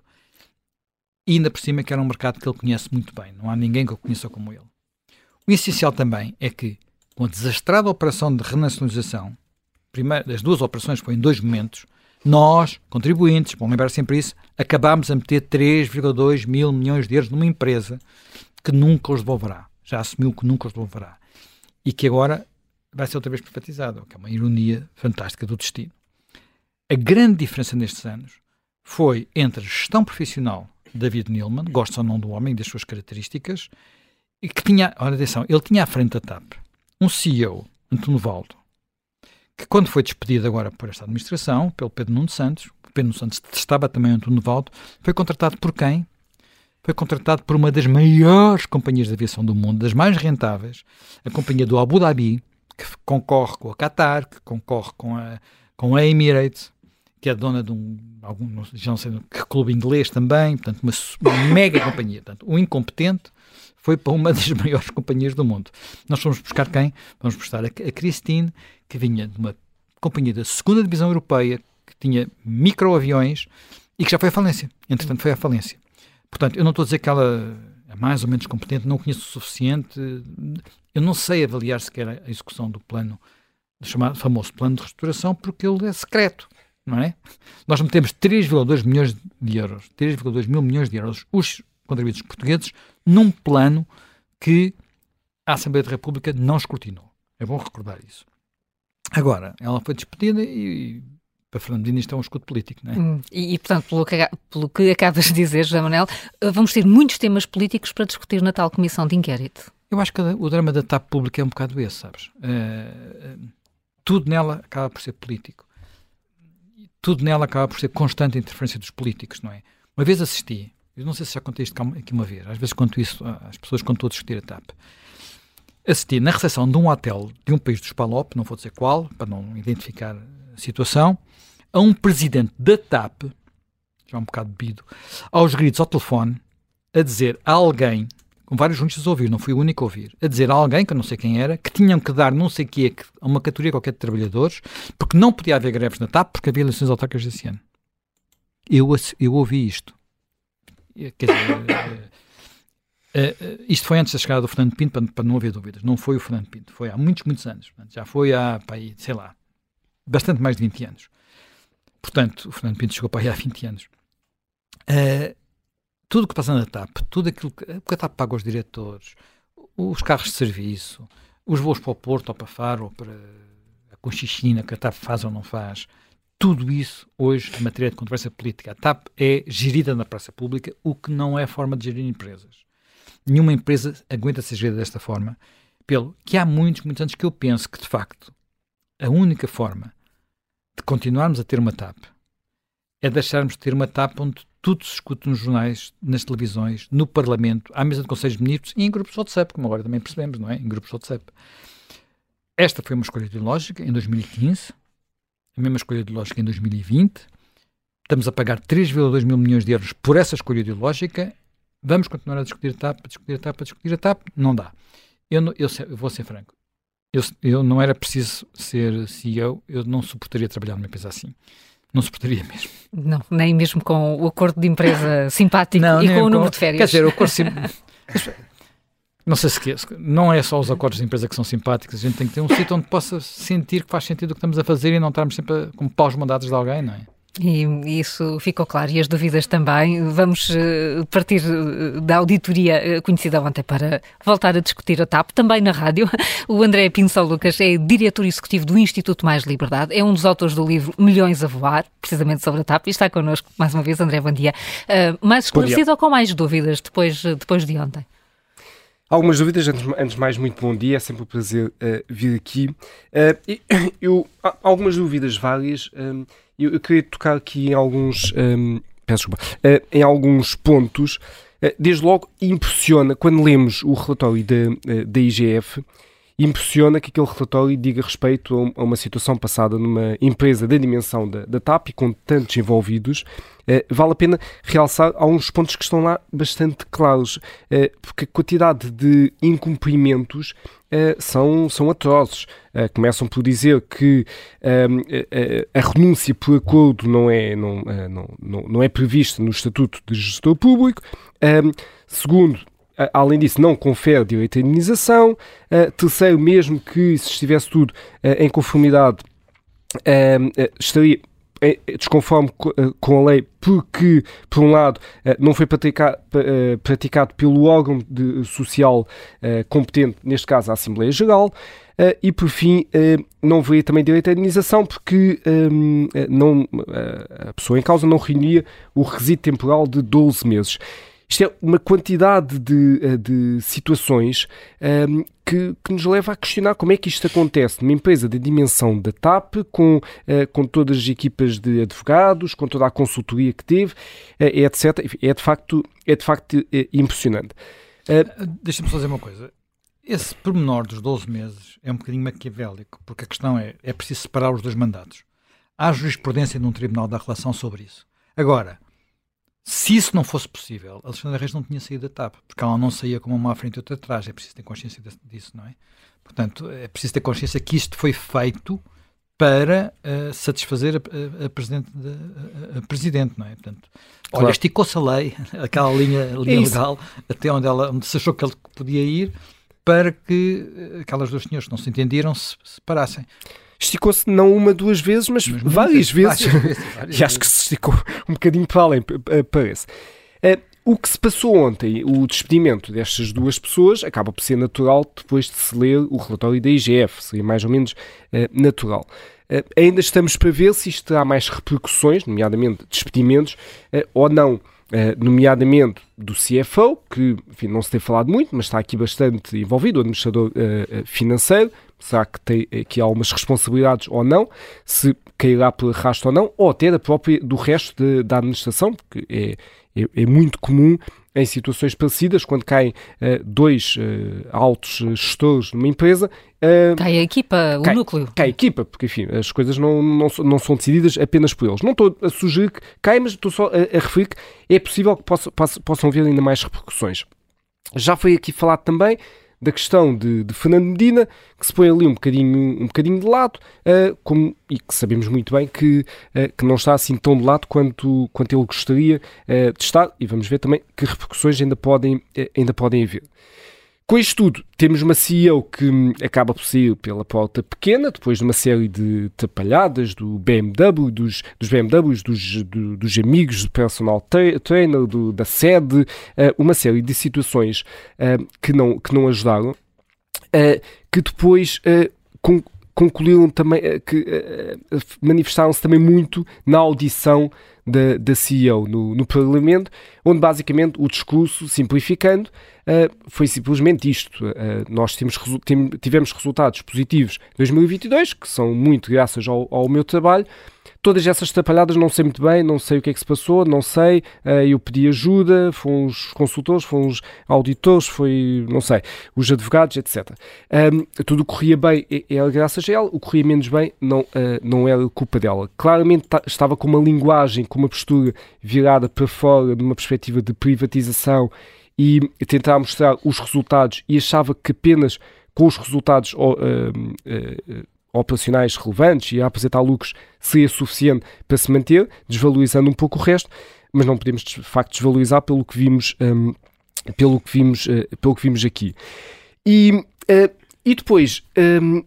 e ainda por cima que era um mercado que ele conhece muito bem. Não há ninguém que o conheça como ele. O essencial também é que, com a desastrada operação de renacionalização, primeiro, as duas operações foram em dois momentos, nós, contribuintes, bom lembrar sempre isso, acabámos a meter três vírgula dois mil milhões de euros numa empresa que nunca os devolverá. Já assumiu que nunca os devolverá. E que agora vai ser outra vez privatizado, que é uma ironia fantástica do destino. A grande diferença nestes anos foi entre a gestão profissional de David Neeleman, gosta ou não do homem e das suas características, e que tinha, olha atenção, ele tinha à frente da TAP um C E O, António Valdo, que quando foi despedido agora por esta administração, pelo Pedro Nuno Santos, o Pedro Nuno Santos detestava também António Valdo, foi contratado por quem? Foi contratado por uma das maiores companhias de aviação do mundo, das mais rentáveis, a companhia do Abu Dhabi, que concorre com a Qatar, que concorre com a, com a Emirates, que é dona de um, algum, já não sei, que clube inglês também, portanto, uma, uma mega companhia. Portanto, o incompetente foi para uma das maiores companhias do mundo. Nós fomos buscar quem? Vamos buscar a, a Christine, que vinha de uma companhia da segunda divisão europeia, que tinha microaviões e que já foi à falência. Entretanto, foi à falência. Portanto, eu não estou a dizer que ela é mais ou menos competente, não conheço o suficiente, eu não sei avaliar sequer a execução do plano, do chamado famoso plano de restauração, porque ele é secreto, não é? Nós metemos três vírgula dois milhões de euros, três vírgula dois mil milhões de euros, os contribuintes portugueses, num plano que a Assembleia da República não escrutinou. É bom recordar isso. Agora, ela foi despedida e... para Fernando Medina isto é um escudo político, não é? Hum, e, e, portanto, pelo que, pelo que acabas de dizer, José Manuel, vamos ter muitos temas políticos para discutir na tal comissão de inquérito. Eu acho que o drama da TAP pública é um bocado esse, sabes? Uh, uh, tudo nela acaba por ser político. Tudo nela acaba por ser constante a interferência dos políticos, não é? Uma vez assisti, eu não sei se já contei isto aqui uma vez, às vezes conto isso às pessoas quando estou a discutir a TAP. Assisti na recepção de um hotel de um país dos PALOP, não vou dizer qual, para não identificar a situação, a um presidente da TAP, já um bocado bebido, aos gritos ao telefone, a dizer a alguém, com vários juntos a ouvir, não fui o único a ouvir, a dizer a alguém, que eu não sei quem era, que tinham que dar não sei o que a uma categoria qualquer de trabalhadores, porque não podia haver greves na TAP, porque havia eleições autárquicas desse ano. Eu, eu ouvi isto. Quer dizer, uh, uh, isto foi antes da chegada do Fernando Pinto, para, para não haver dúvidas. Não foi o Fernando Pinto, foi há muitos, muitos anos. Já foi há, pá, sei lá, bastante mais de vinte anos. Portanto, o Fernando Pinto chegou para aí há vinte anos. Uh, tudo o que passa na TAP, tudo aquilo que, que a TAP paga aos diretores, os carros de serviço, os voos para o Porto ou para Faro ou para a Conchichina, que a TAP faz ou não faz, tudo isso hoje é matéria de controvérsia política. A TAP é gerida na praça pública, o que não é forma de gerir empresas. Nenhuma empresa aguenta ser gerida desta forma, pelo que há muitos, muitos anos que eu penso que, de facto, a única forma de continuarmos a ter uma TAP é deixarmos de ter uma TAP onde tudo se escuta nos jornais, nas televisões, no Parlamento, à mesa de conselhos de ministros e em grupos de WhatsApp, como agora também percebemos, não é? Em grupos de WhatsApp. Esta foi uma escolha ideológica em dois mil e quinze, a mesma escolha ideológica em dois mil e vinte. Estamos a pagar três vírgula dois mil milhões de euros por essa escolha ideológica. Vamos continuar a discutir a TAP, a discutir a TAP, a discutir a TAP? Não dá. Eu, não, eu, eu vou ser franco. Eu, eu não era preciso ser C E O, eu não suportaria trabalhar numa empresa assim. Não suportaria mesmo. Não, nem mesmo com o acordo de empresa simpático não, e com o número com... de férias. Quer dizer, o acordo sim... Não sei se que, não é só os acordos de empresa que são simpáticos, a gente tem que ter um sítio onde possa sentir que faz sentido o que estamos a fazer e não estarmos sempre como paus-mandados de alguém, não é? E isso ficou claro, e as dúvidas também. Vamos uh, partir uh, da auditoria uh, conhecida ontem para voltar a discutir a TAP, também na rádio. O André Pincel Lucas é diretor executivo do Instituto Mais Liberdade, é um dos autores do livro Milhões a Voar, precisamente sobre a TAP, e está connosco mais uma vez. André, bom dia. Uh, mais esclarecido ou com mais dúvidas depois, depois de ontem? Algumas dúvidas, antes, antes de mais, muito bom dia, é sempre um prazer uh, vir aqui. Uh, eu, algumas dúvidas várias, um, eu, eu queria tocar aqui em alguns, um, peço desculpa, uh, em alguns pontos. Uh, desde logo, impressiona, quando lemos o relatório da, uh, da I G F, impressiona que aquele relatório diga respeito a uma situação passada numa empresa da dimensão da, da TAP e com tantos envolvidos. Uh, vale a pena realçar alguns pontos que estão lá bastante claros, uh, porque a quantidade de incumprimentos uh, são, são atrozes. Uh, começam por dizer que um, uh, a renúncia por acordo não é, não, uh, não, não, não é prevista no Estatuto de Gestor Público. Um, segundo, além disso, não confere direito à indenização. Uh, terceiro, mesmo que se estivesse tudo uh, em conformidade, uh, uh, estaria desconforme com a lei porque, por um lado, uh, não foi praticado, uh, praticado pelo órgão de, social uh, competente, neste caso a Assembleia Geral, uh, e, por fim, uh, não haveria também direito à indenização porque um, não, uh, a pessoa em causa não reunia o requisito temporal de doze meses. Isto é uma quantidade de, de situações um, que, que nos leva a questionar como é que isto acontece numa empresa da dimensão da TAP, com, uh, com todas as equipas de advogados, com toda a consultoria que teve, uh, etcétera. É de facto, é de facto uh, impressionante. Uh, Deixa-me só dizer uma coisa. Esse pormenor dos doze meses é um bocadinho maquiavélico, porque a questão é, é preciso separar os dois mandatos. Há jurisprudência num tribunal da relação sobre isso. Agora, se isso não fosse possível, a Alexandra Reis não tinha saído da TAP, porque ela não saía como uma à frente e outra atrás. É preciso ter consciência disso, não é? Portanto, é preciso ter consciência que isto foi feito para uh, satisfazer a, a, a, presidente de, a, a presidente, não é? Portanto, claro. Olha, esticou-se a lei, aquela linha, linha é legal, até onde, ela, onde se achou que ele podia ir, para que aquelas duas senhoras que não se entenderam se separassem. Esticou-se não uma, duas vezes, mas, mas várias vezes. Várias vezes várias e acho que se esticou um bocadinho para além, parece. Uh, o que se passou ontem, o despedimento destas duas pessoas, acaba por ser natural depois de se ler o relatório da I G F. Seria mais ou menos uh, natural. Uh, ainda estamos para ver se isto terá mais repercussões, nomeadamente despedimentos, uh, ou não. Uh, nomeadamente do C F O, que enfim, não se tem falado muito, mas está aqui bastante envolvido, o administrador uh, financeiro. Será que tem aqui algumas responsabilidades ou não, se cairá por arrasto ou não, ou até da própria, do resto de, da administração, porque é, é, é muito comum em situações parecidas, quando caem uh, dois uh, altos gestores numa empresa. Uh, cai a equipa, o cai, núcleo. Cai a equipa, porque enfim, as coisas não, não, não são decididas apenas por eles. Não estou a sugerir que cai, mas estou só a, a referir que é possível que possa, possa, possam haver ainda mais repercussões. Já foi aqui falado também da questão de, de Fernando Medina, que se põe ali um bocadinho, um bocadinho de lado, uh, como, e que sabemos muito bem que, uh, que não está assim tão de lado quanto, quanto ele gostaria uh, de estar, e vamos ver também que repercussões ainda podem, uh, ainda podem haver. Com isto tudo, temos uma C E O que hum, acaba por sair pela porta pequena, depois de uma série de atrapalhadas do B M W, dos, dos B M Ws, dos, do, dos amigos do personal tra- trainer, do, da sede, uh, uma série de situações uh, que, não, que não ajudaram, uh, que depois uh, con- concluíram também, uh, que uh, manifestaram-se também muito na audição da, da C E O no, no Parlamento, onde basicamente o discurso, simplificando, uh, foi simplesmente isto. Uh, nós temos, tivemos resultados positivos em dois mil e vinte e dois, que são muito graças ao, ao meu trabalho. Todas essas atrapalhadas não sei muito bem, não sei o que é que se passou, não sei, uh, eu pedi ajuda, foram os consultores, foram os auditores, foi, não sei, os advogados, etcétera. Um, tudo corria bem, era graças a ela, o que corria menos bem não, uh, não era culpa dela. Claramente ta- estava com uma linguagem, com uma postura virada para fora, numa perspectiva de privatização e tentar mostrar os resultados, e achava que apenas com os resultados uh, uh, operacionais relevantes e a apresentar lucros seria suficiente para se manter, desvalorizando um pouco o resto, mas não podemos de facto desvalorizar pelo que vimos, um, pelo que vimos, uh, pelo que vimos aqui. E, uh, e depois um,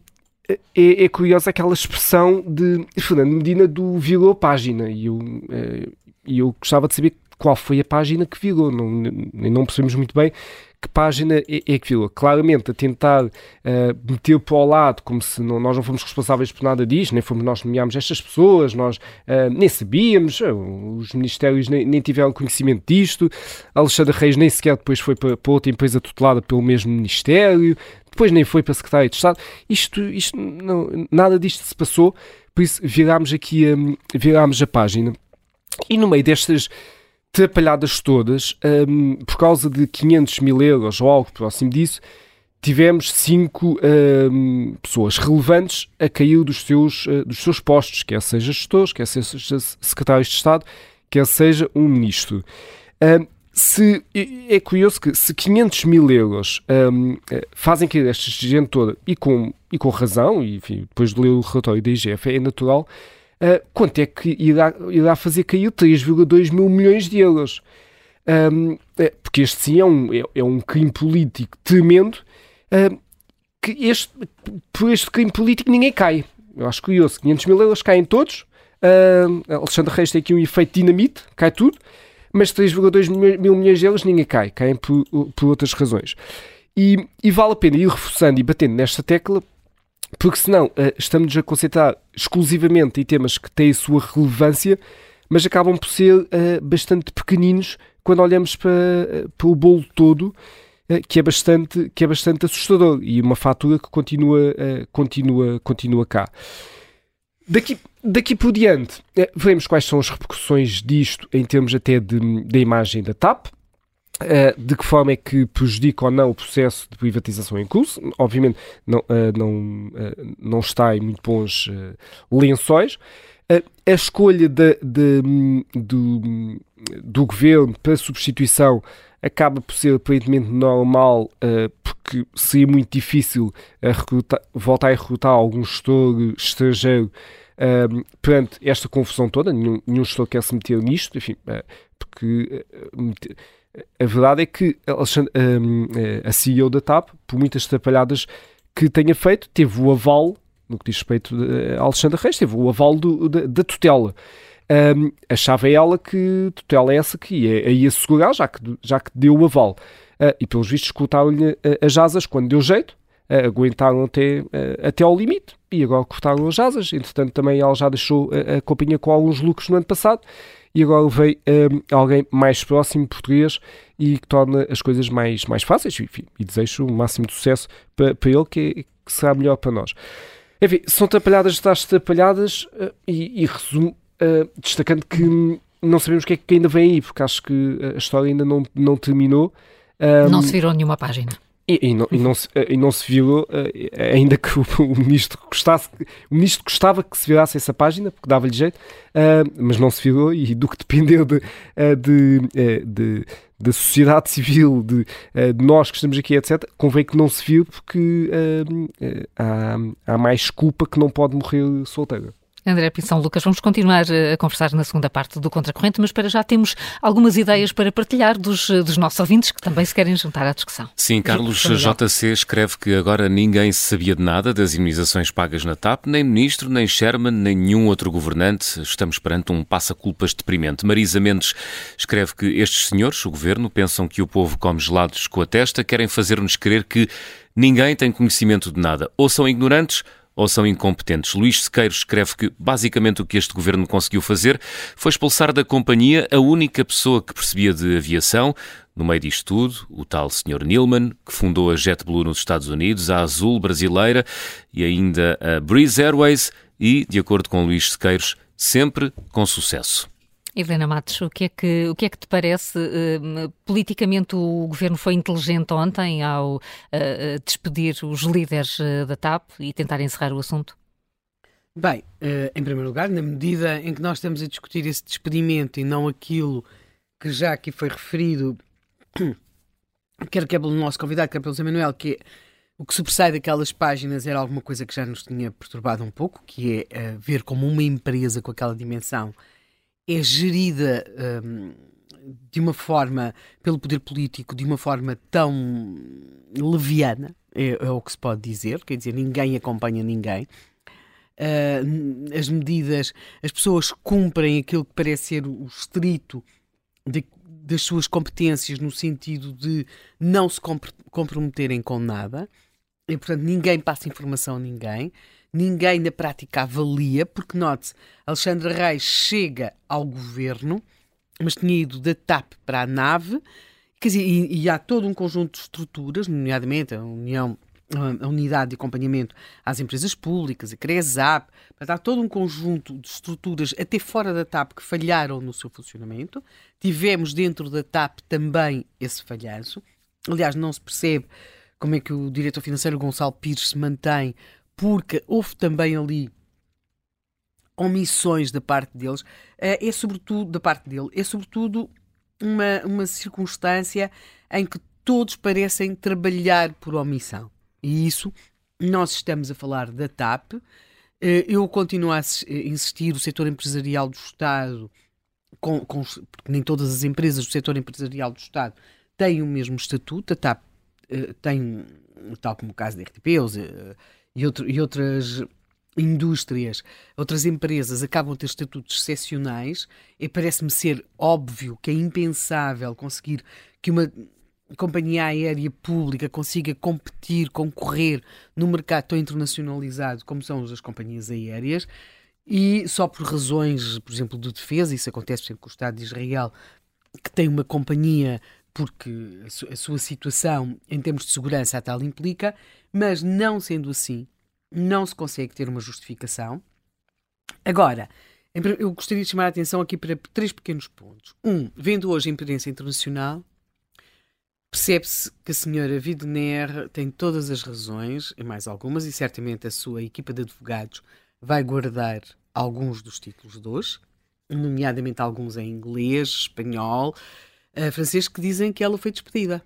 é, é curiosa aquela expressão de Fernando Medina do virou a página, e eu, uh, eu gostava de saber qual foi a página que virou, não, não percebemos muito bem que página é, é que virou. Claramente a tentar uh, meter para o lado como se não, nós não fomos responsáveis por nada disto, nem fomos nós que nomeámos estas pessoas, nós uh, nem sabíamos, uh, os ministérios nem, nem tiveram conhecimento disto, Alexandre Reis nem sequer depois foi para, para outra empresa tutelada pelo mesmo ministério, depois nem foi para a Secretaria de Estado, isto, isto não, nada disto se passou, por isso virámos aqui um, virámos a página. E no meio destas atrapalhadas todas, um, por causa de quinhentos mil euros ou algo próximo disso, tivemos cinco um, pessoas relevantes a cair dos seus, uh, dos seus postos, quer seja gestores, quer seja secretários de Estado, quer seja um ministro. Um, se, é curioso que se quinhentos mil euros um, fazem cair esta gente toda, e com, e com razão, e enfim, depois de ler o relatório da I G F, é natural. Uh, quanto é que irá, irá fazer cair três vírgula dois mil milhões de euros? Um, é, porque este sim é um, é, é um crime político tremendo, uh, que este, por este crime político ninguém cai. Eu acho curioso, quinhentos mil euros caem todos, uh, Alexandre Reis tem aqui um efeito dinamite, cai tudo, mas três vírgula dois mil milhões de euros ninguém cai, caem por, por outras razões. E, e vale a pena ir reforçando e batendo nesta tecla, porque senão uh, estamos a concentrar exclusivamente em temas que têm a sua relevância, mas acabam por ser uh, bastante pequeninos quando olhamos para, uh, para o bolo todo, uh, que, é bastante, que é bastante assustador, e uma fatura que continua, uh, continua, continua cá. Daqui, daqui por diante, uh, veremos quais são as repercussões disto em termos até de, da imagem da T A P, Uh, de que forma é que prejudica ou não o processo de privatização em curso. Obviamente não, uh, não, uh, não está em muito bons uh, lençóis. Uh, a escolha de, de, do, do governo para substituição acaba por ser aparentemente normal, uh, porque seria muito difícil uh, recrutar, voltar a recrutar algum gestor estrangeiro uh, perante esta confusão toda. Nenhum, nenhum gestor quer se meter nisto, enfim, uh, porque uh, a verdade é que a C E O da T A P, por muitas atrapalhadas que tenha feito, teve o aval, no que diz respeito a Alexandre Reis, teve o aval do, da, da tutela. Um, achava ela que tutela é essa que ia, ia assegurar, já que, já que deu o aval. Uh, e pelos vistos cortaram-lhe as asas quando deu jeito, uh, aguentaram até, uh, até ao limite, e agora cortaram as asas. Entretanto, também ela já deixou a, a companhia com alguns lucros no ano passado, e agora veio um, alguém mais próximo, português, e que torna as coisas mais, mais fáceis. Enfim, e desejo o máximo de sucesso para, para ele, que, é, que será melhor para nós. Enfim, são atrapalhadas atrás de atrapalhadas, uh, e, e resumo, uh, destacando que não sabemos o que é que ainda vem aí, porque acho que a história ainda não, não terminou. Um, não se virou nenhuma página. E, e, não, e, não se, e não se virou, uh, ainda que o, o, ministro gostasse, o ministro gostava que se virasse essa página, porque dava-lhe jeito, uh, mas não se virou, e do que dependeu de, uh, de, uh, de, da sociedade civil, de, uh, de nós que estamos aqui, etcétera, convém que não se vire, porque uh, uh, há, há mais culpa que não pode morrer solteira. André Pinção Lucas, vamos continuar a conversar na segunda parte do Contracorrente, mas para já temos algumas ideias para partilhar dos, dos nossos ouvintes que também se querem juntar à discussão. Sim, Carlos J C escreve que agora ninguém sabia de nada das imunizações pagas na T A P, nem ministro, nem Sherman, nem nenhum outro governante. Estamos perante um passa-culpas deprimente. Marisa Mendes escreve que estes senhores, o governo, pensam que o povo come gelados com a testa, querem fazer-nos crer que ninguém tem conhecimento de nada. Ou são ignorantes, ou são incompetentes. Luís Sequeiros escreve que, basicamente, o que este governo conseguiu fazer foi expulsar da companhia a única pessoa que percebia de aviação. No meio disto tudo, o tal senhor Neilman, que fundou a JetBlue nos Estados Unidos, a Azul brasileira e ainda a Breeze Airways e, de acordo com Luís Sequeiros, sempre com sucesso. Helena Matos, o que é que, o que é que te parece? Uh, politicamente o governo foi inteligente ontem ao uh, despedir os líderes uh, da T A P e tentar encerrar o assunto? Bem, uh, em primeiro lugar, na medida em que nós estamos a discutir esse despedimento e não aquilo que já aqui foi referido, quer que é pelo nosso convidado, quer pelo Zé Manuel, que é o que sobressai daquelas páginas era alguma coisa que já nos tinha perturbado um pouco, que é uh, ver como uma empresa com aquela dimensão é gerida um, de uma forma, pelo poder político, de uma forma tão leviana, é, é o que se pode dizer, quer dizer, ninguém acompanha ninguém. Uh, as medidas, as pessoas cumprem aquilo que parece ser o estrito de, das suas competências no sentido de não se compr- comprometerem com nada. E, portanto, ninguém passa informação a ninguém, ninguém na prática avalia, porque, note-se, Alexandre Reis chega ao governo, mas tinha ido da T A P para a NAV, quer dizer, e, e há todo um conjunto de estruturas, nomeadamente a União, a Unidade de Acompanhamento às Empresas Públicas, a CRESAP, mas há todo um conjunto de estruturas, até fora da T A P, que falharam no seu funcionamento. Tivemos dentro da T A P também esse falhanço. Aliás, não se percebe como é que o diretor financeiro Gonçalo Pires se mantém, porque houve também ali omissões da parte deles, é sobretudo, da parte dele, é sobretudo uma, uma circunstância em que todos parecem trabalhar por omissão. E isso, nós estamos a falar da T A P, eu continuo a insistir, o setor empresarial do Estado, com, com, porque nem todas as empresas do setor empresarial do Estado têm o mesmo estatuto, a T A P tem, tal como o caso da R T P e, outro, e outras indústrias, outras empresas acabam de ter estatutos excepcionais, e parece-me ser óbvio que é impensável conseguir que uma companhia aérea pública consiga competir, concorrer no mercado tão internacionalizado como são as companhias aéreas, e só por razões, por exemplo, de defesa. Isso acontece, por exemplo, com o Estado de Israel, que tem uma companhia porque a sua situação em termos de segurança a tal implica, mas não sendo assim, não se consegue ter uma justificação. Agora, eu gostaria de chamar a atenção aqui para três pequenos pontos. Um, vendo hoje a imprensa internacional, percebe-se que a senhora Widener tem todas as razões, e mais algumas, e certamente a sua equipa de advogados vai guardar alguns dos títulos de hoje, nomeadamente alguns em inglês, espanhol, Uh, francês, que dizem que ela foi despedida.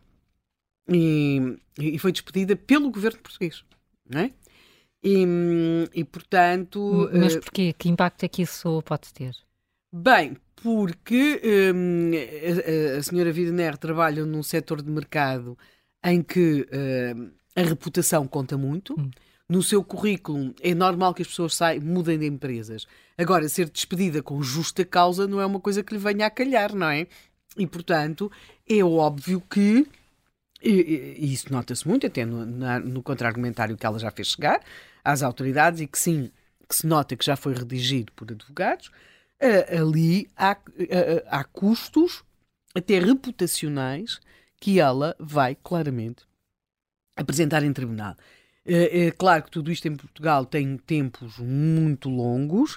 E, e foi despedida pelo governo português. Não é? E, e portanto... Mas porquê? Que impacto é que isso pode ter? Bem, porque um, a, a senhora Widener trabalha num setor de mercado em que uh, a reputação conta muito. Hum. No seu currículo é normal que as pessoas saiam, mudem de empresas. Agora, ser despedida com justa causa não é uma coisa que lhe venha a calhar, não é? E, portanto, é óbvio que, e, e isso nota-se muito até no, na, no contra-argumentário que ela já fez chegar às autoridades, e que sim, que se nota que já foi redigido por advogados, uh, ali há, uh, há custos, até reputacionais, que ela vai claramente apresentar em tribunal. Uh, é claro que tudo isto em Portugal tem tempos muito longos,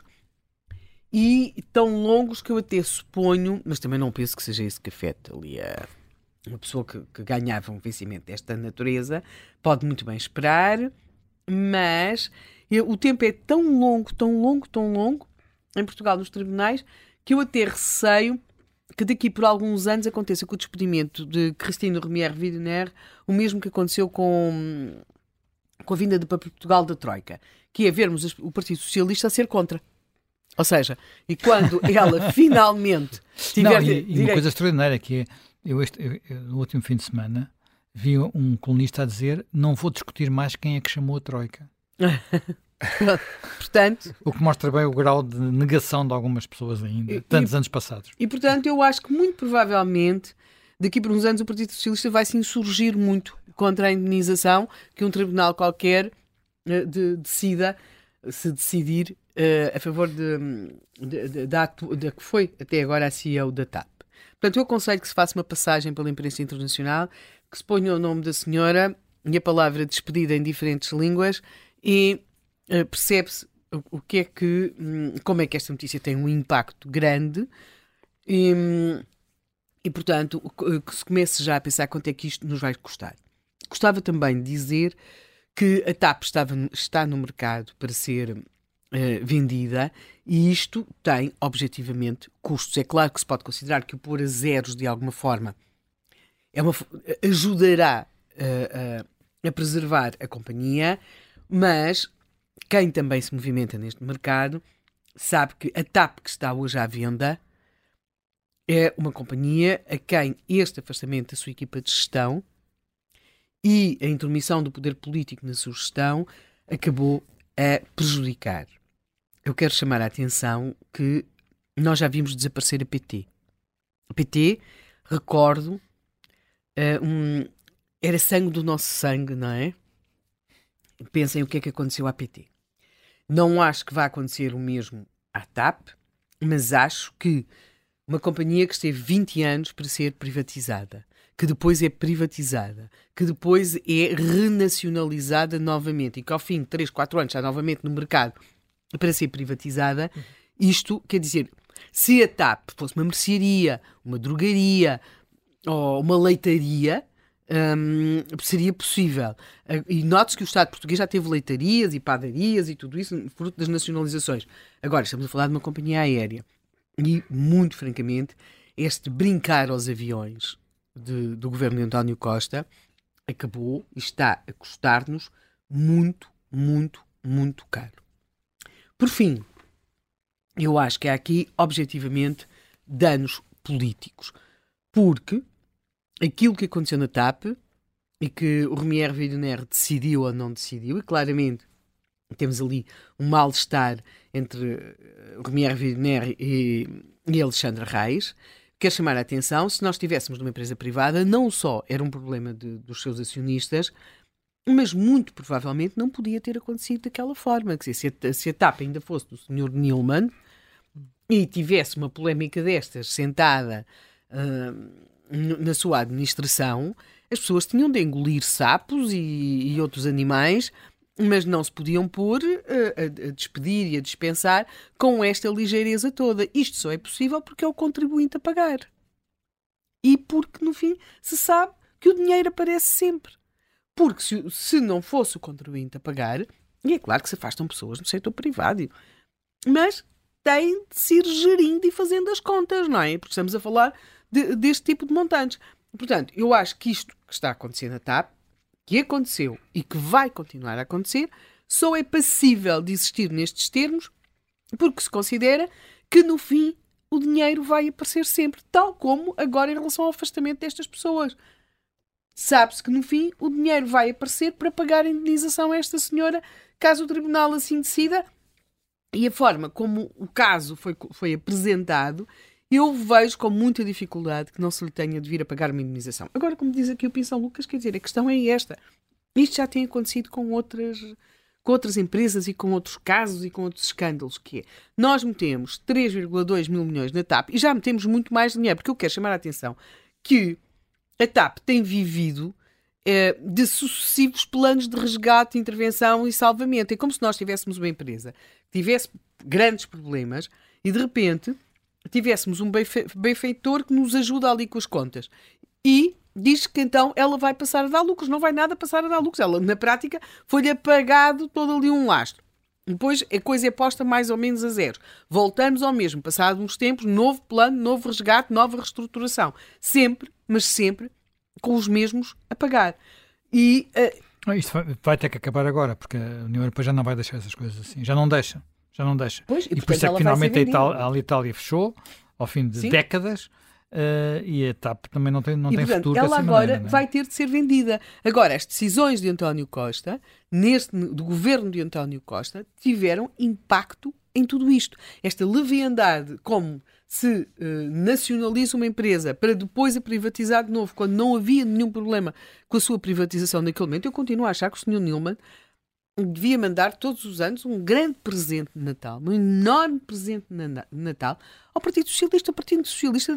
e tão longos que eu até suponho, mas também não penso que seja isso que afeta ali a uma pessoa que, que ganhava um vencimento desta natureza, pode muito bem esperar, mas eu, o tempo é tão longo, tão longo, tão longo, em Portugal, nos tribunais, que eu até receio que daqui por alguns anos aconteça com o despedimento de Christine Romier Widener o mesmo que aconteceu com, com a vinda de, para Portugal da Troika, que é vermos o Partido Socialista a ser contra. Ou seja, e quando ela finalmente tiver... Não, e, e uma coisa extraordinária que é, eu, este, eu, eu, no último fim de semana vi um colunista a dizer: não vou discutir mais quem é que chamou a Troika. Portanto... O que mostra bem o grau de negação de algumas pessoas ainda, tantos e, anos passados. E, portanto, eu acho que muito provavelmente, daqui por uns anos, o Partido Socialista vai se insurgir muito contra a indenização que um tribunal qualquer uh, de, decida, se decidir, Uh, a favor de, de, de, da, da que foi até agora a C E O da T A P. Portanto, eu aconselho que se faça uma passagem pela imprensa internacional, que se ponha o nome da senhora e a palavra despedida em diferentes línguas, e uh, percebe-se o, o que é que, um, como é que esta notícia tem um impacto grande, e, e portanto, que se comece já a pensar quanto é que isto nos vai custar. Gostava também de dizer que a T A P estava, está no mercado para ser Uh, vendida, e isto tem objetivamente custos. É claro que se pode considerar que o pôr a zeros de alguma forma é uma, ajudará uh, uh, a preservar a companhia, mas quem também se movimenta neste mercado sabe que a TAP, que está hoje à venda, é uma companhia a quem este afastamento da sua equipa de gestão e a intromissão do poder político na sua gestão acabou a prejudicar. Eu quero chamar a atenção que nós já vimos desaparecer a P T. A P T, recordo, uh, um, era sangue do nosso sangue, não é? Pensem o que é que aconteceu à P T. Não acho que vá acontecer o mesmo à TAP, mas acho que uma companhia que esteve vinte anos para ser privatizada, que depois é privatizada, que depois é renacionalizada novamente e que ao fim de três, quatro anos está novamente no mercado para ser privatizada, isto quer dizer, se a TAP fosse uma mercearia, uma drogaria ou uma leitaria, hum, seria possível. E note-se que o Estado português já teve leitarias e padarias e tudo isso, fruto das nacionalizações. Agora, estamos a falar de uma companhia aérea. E, muito francamente, este brincar aos aviões de, do governo de António Costa acabou e está a custar-nos muito, muito, muito caro. Por fim, eu acho que há aqui, objetivamente, danos políticos. Porque aquilo que aconteceu na TAP e que o Remier Vidner decidiu ou não decidiu, e claramente temos ali um mal-estar entre o Remier Vidner e, e Alexandre Reis. Quero chamar a atenção, se nós estivéssemos numa empresa privada, não só era um problema de, dos seus acionistas, mas muito provavelmente não podia ter acontecido daquela forma. Quer dizer, se a, se a TAP ainda fosse do senhor Neilman e tivesse uma polémica destas sentada uh, na sua administração, as pessoas tinham de engolir sapos e, e outros animais, mas não se podiam pôr a, a despedir e a dispensar com esta ligeireza toda. Isto só é possível porque é o contribuinte a pagar. E porque, no fim, se sabe que o dinheiro aparece sempre. Porque se, se não fosse o contribuinte a pagar, e é claro que se afastam pessoas no setor privado, mas tem de se ir gerindo e fazendo as contas, não é? Porque estamos a falar de, deste tipo de montantes. Portanto, eu acho que isto que está acontecendo na TAP, que aconteceu e que vai continuar a acontecer, só é passível de existir nestes termos porque se considera que, no fim, o dinheiro vai aparecer sempre, tal como agora em relação ao afastamento destas pessoas. Sabe-se que, no fim, o dinheiro vai aparecer para pagar a indenização a esta senhora, caso o tribunal assim decida, e a forma como o caso foi, foi apresentado, eu vejo com muita dificuldade que não se lhe tenha de vir a pagar uma indenização. Agora, como diz aqui o Pinção Lucas, quer dizer, a questão é esta. Isto já tem acontecido com outras, com outras empresas e com outros casos e com outros escândalos, que é, nós metemos três vírgula dois mil milhões na TAP e já metemos muito mais dinheiro, porque eu quero chamar a atenção que a TAP tem vivido eh, de sucessivos planos de resgate, intervenção e salvamento. É como se nós tivéssemos uma empresa que tivesse grandes problemas e, de repente, tivéssemos um benfeitor que nos ajuda ali com as contas. E diz que então ela vai passar a dar lucros. Não vai nada passar a dar lucros. Ela, na prática, foi-lhe apagado todo ali um lastro. Depois a coisa é posta mais ou menos a zero. Voltamos ao mesmo. Passados uns tempos, novo plano, novo resgate, nova reestruturação. Sempre, mas sempre, com os mesmos a pagar. E... Uh... Isto vai, vai ter que acabar agora, porque a União Europeia já não vai deixar essas coisas assim. Já não deixa. Já não deixa. Pois, e, e por isso é que finalmente a Itália, a Itália fechou, ao fim de Sim. décadas, uh, e a TAP também não tem, não e, tem portanto, futuro. Ela agora maneira, vai ter de ser vendida. Agora, as decisões de António Costa, neste, do governo de António Costa, tiveram impacto em tudo isto. Esta leviandade, como se uh, nacionaliza uma empresa para depois a privatizar de novo, quando não havia nenhum problema com a sua privatização naquele momento, eu continuo a achar que o senhor Neilman devia mandar todos os anos um grande presente de Natal, um enorme presente de Natal ao Partido Socialista. O Partido Socialista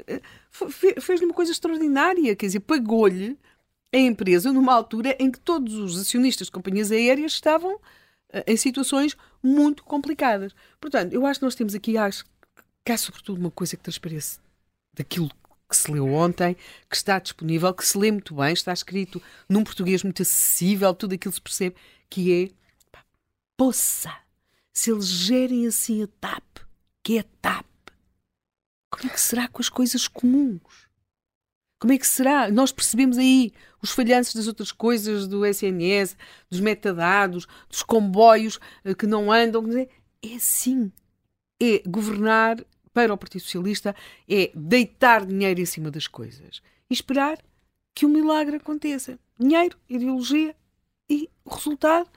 fez-lhe uma coisa extraordinária, quer dizer, pagou-lhe a empresa numa altura em que todos os acionistas de companhias aéreas estavam em situações muito complicadas. Portanto, eu acho que nós temos aqui, acho que há sobretudo uma coisa que transparece daquilo que se leu ontem, que está disponível, que se lê muito bem, está escrito num português muito acessível, tudo aquilo se percebe, que é, pá, poça, se eles gerem assim a TAP, que é a TAP, como é que será com as coisas comuns? Como é que será? Nós percebemos aí os falhanços das outras coisas, do S N S, dos metadados, dos comboios que não andam. É assim. É governar para o Partido Socialista, é deitar dinheiro em cima das coisas e esperar que um milagre aconteça. Dinheiro, ideologia e o resultado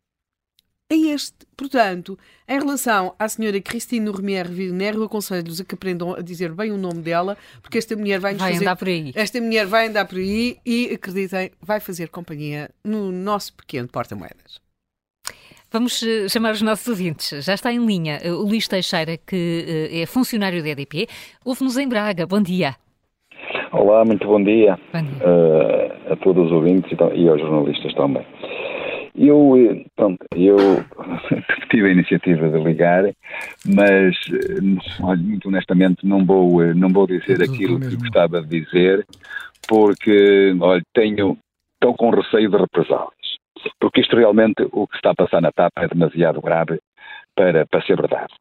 é este. Portanto, em relação à senhora Cristina Romier Virner, eu aconselho-lhes a que aprendam a dizer bem o nome dela, porque esta mulher vai nos vai fazer... andar por aí. Esta mulher vai andar por aí e, acreditem, vai fazer companhia no nosso pequeno porta-moedas. Vamos chamar os nossos ouvintes. Já está em linha o Luís Teixeira, que é funcionário da E D P. Ouve-nos em Braga. Bom dia. Olá, muito bom dia, bom dia. Uh, a todos os ouvintes e aos jornalistas também. Eu, pronto, eu tive a iniciativa de ligar, mas, olha, muito honestamente, não vou, não vou dizer aquilo que gostava de dizer, porque, olha, tenho, estou com receio de represálias. Porque isto realmente, o que está a passar na TAP é demasiado grave para, para ser verdade.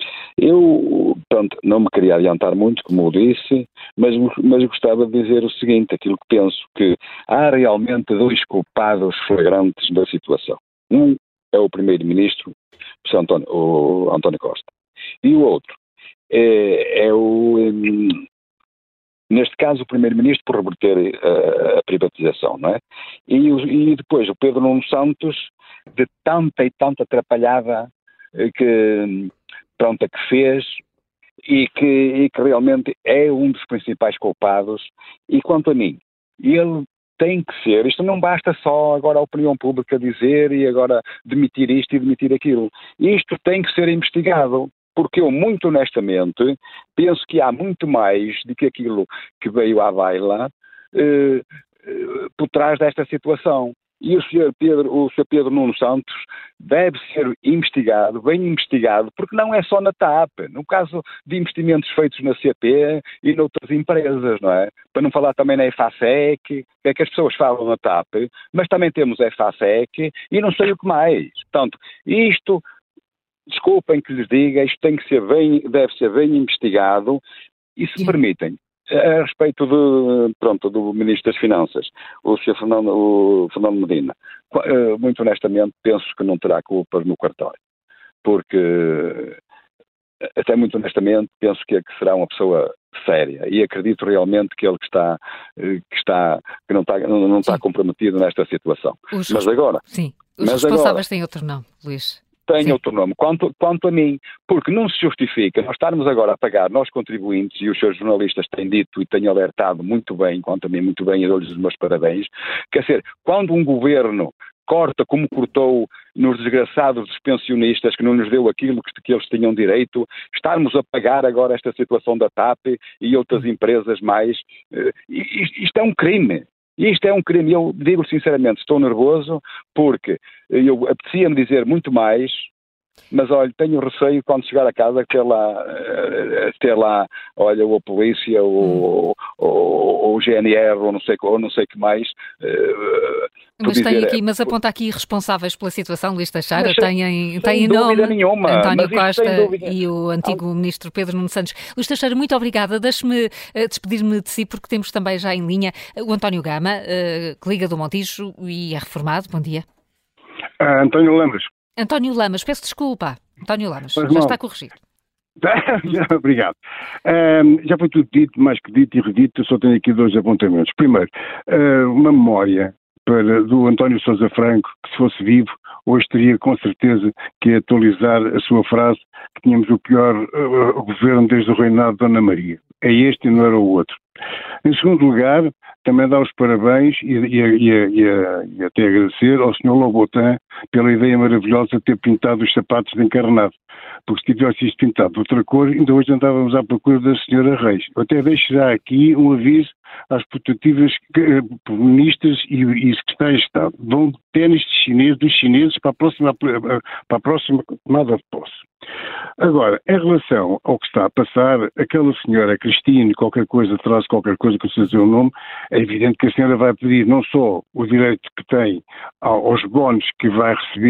Eu, pronto, não me queria adiantar muito, como eu disse, mas, mas gostava de dizer o seguinte, aquilo que penso, que há realmente dois culpados flagrantes da situação. Um é o primeiro-ministro, o António, o António Costa, e o outro é, é o... Um, neste caso, o primeiro-ministro por reverter a, a privatização, não é? E, e depois o Pedro Nuno Santos, de tanta e tanta atrapalhada que, pronto, que fez e que, e que realmente é um dos principais culpados. E quanto a mim, ele tem que ser, isto não basta só agora a opinião pública dizer e agora demitir isto e demitir aquilo. Isto tem que ser investigado. Porque eu, muito honestamente, penso que há muito mais do que aquilo que veio à baila eh, eh, por trás desta situação. E o senhor Pedro, o senhor Pedro Nuno Santos deve ser investigado, bem investigado, porque não é só na TAP, no caso de investimentos feitos na C P e noutras empresas, não é? Para não falar também na EFASEC, que é que as pessoas falam na TAP, mas também temos a EFASEC e não sei o que mais. Portanto, isto... Desculpem que lhes diga, isto tem que ser bem, deve ser bem investigado e, se me permitem, a respeito de, pronto, do Ministro das Finanças, o senhor Fernando, o Fernando Medina, muito honestamente penso que não terá culpas no cartório, porque até muito honestamente penso que, é que será uma pessoa séria e acredito realmente que ele que está, que, está, que não, está, não, não está comprometido nesta situação. Os, mas agora... Sim, os mas responsáveis agora, têm outro nome, Luís. Tem Sim. outro nome, quanto, quanto a mim, porque não se justifica nós estarmos agora a pagar, nós contribuintes, e os seus jornalistas têm dito e têm alertado muito bem, quanto a mim, muito bem, e dou-lhes os meus parabéns, quer dizer, quando um governo corta como cortou nos desgraçados dos pensionistas, que não nos deu aquilo que, que eles tinham direito, estarmos a pagar agora esta situação da TAP e outras empresas mais, isto é um crime. Isto é um crime, eu digo sinceramente, estou nervoso porque eu apetecia-me dizer muito mais, mas olha, tenho receio quando chegar a casa ter lá, ter lá olha, ou a polícia, ou, ou, ou o G N R, ou não sei, ou não sei o que mais. Mas dizer, tem aqui, mas aponta aqui responsáveis pela situação, Luís Teixeira, mas, têm, sem têm dúvida nome, nenhuma, António mas Costa dúvida... e o antigo ah. ministro Pedro Nuno Santos. Luís Teixeira, muito obrigada. Deixe-me uh, despedir-me de si, porque temos também já em linha o António Gama, uh, que liga do Montijo e é reformado. Bom dia. Ah, António Lamas. António Lamas, peço desculpa. António Lamas, Mas já não. está corrigido. Obrigado. Um, já foi tudo dito, mais que dito e redito, eu só tenho aqui dois apontamentos. Primeiro, uh, uma memória para, do António Sousa Franco, que se fosse vivo, hoje teria com certeza que atualizar a sua frase que tínhamos o pior uh, governo desde o reinado de Dona Maria. É este e não era o outro. Em segundo lugar, também dar os parabéns e, e, e, e, e até agradecer ao senhor Lobotan pela ideia maravilhosa de ter pintado os sapatos de encarnado. Porque se tivesse isto pintado de outra cor, ainda hoje andávamos à procura da senhora Reis. Eu até deixo já aqui um aviso às putativas feministas e, e secretárias de Estado. Vão ténis de chineses, dos chineses para a próxima, para a próxima tomada de posse. Agora, em relação ao que está a passar, aquela senhora Cristina, qualquer coisa, traz qualquer coisa que eu sei dizer o nome, é evidente que a senhora vai pedir não só o direito que tem aos bónus que vai receber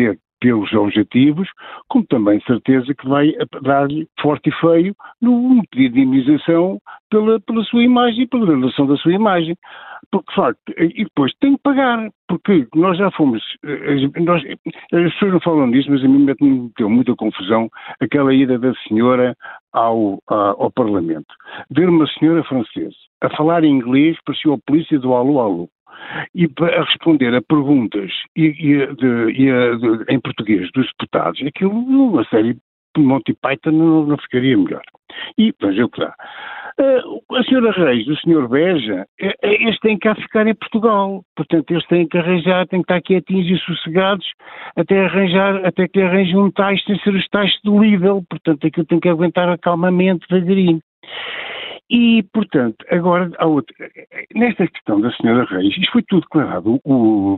pelos objetivos, como também certeza que vai dar-lhe forte e feio no pedido de indemnização pela, pela sua imagem e pela degradação da sua imagem. Porque, de facto, e depois tem que pagar, porque nós já fomos, nós, as pessoas não falam disso, mas a mim me deu muita confusão aquela ida da senhora ao, ao Parlamento. Ver uma senhora francesa a falar inglês, parecia a polícia do alô, alô. E a responder a perguntas e, e, de, e a, de, em português dos deputados, aquilo numa série de Monty Python não, não ficaria melhor. E, mas é o que dá. Uh, a senhora Reis, o senhor Beja, uh, eles têm que cá ficar em Portugal. Portanto, eles têm que arranjar, têm que estar quietinhos e sossegados até arranjar, até que arranjem um tais sem ser os tais do Lidl. Portanto, aquilo tem que aguentar calmamente, devagarinho. E, portanto, agora, a outra, nesta questão da senhora Reis, isto foi tudo declarado, o,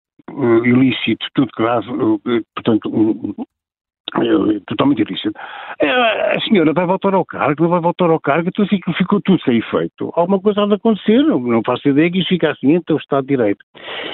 o ilícito, tudo declarado, portanto, um, totalmente ilícito. A senhora vai voltar ao cargo, não vai voltar ao cargo, então ficou, ficou tudo sem efeito. Alguma coisa há de acontecer, não faço ideia que isso fica assim, então o Estado de Direito.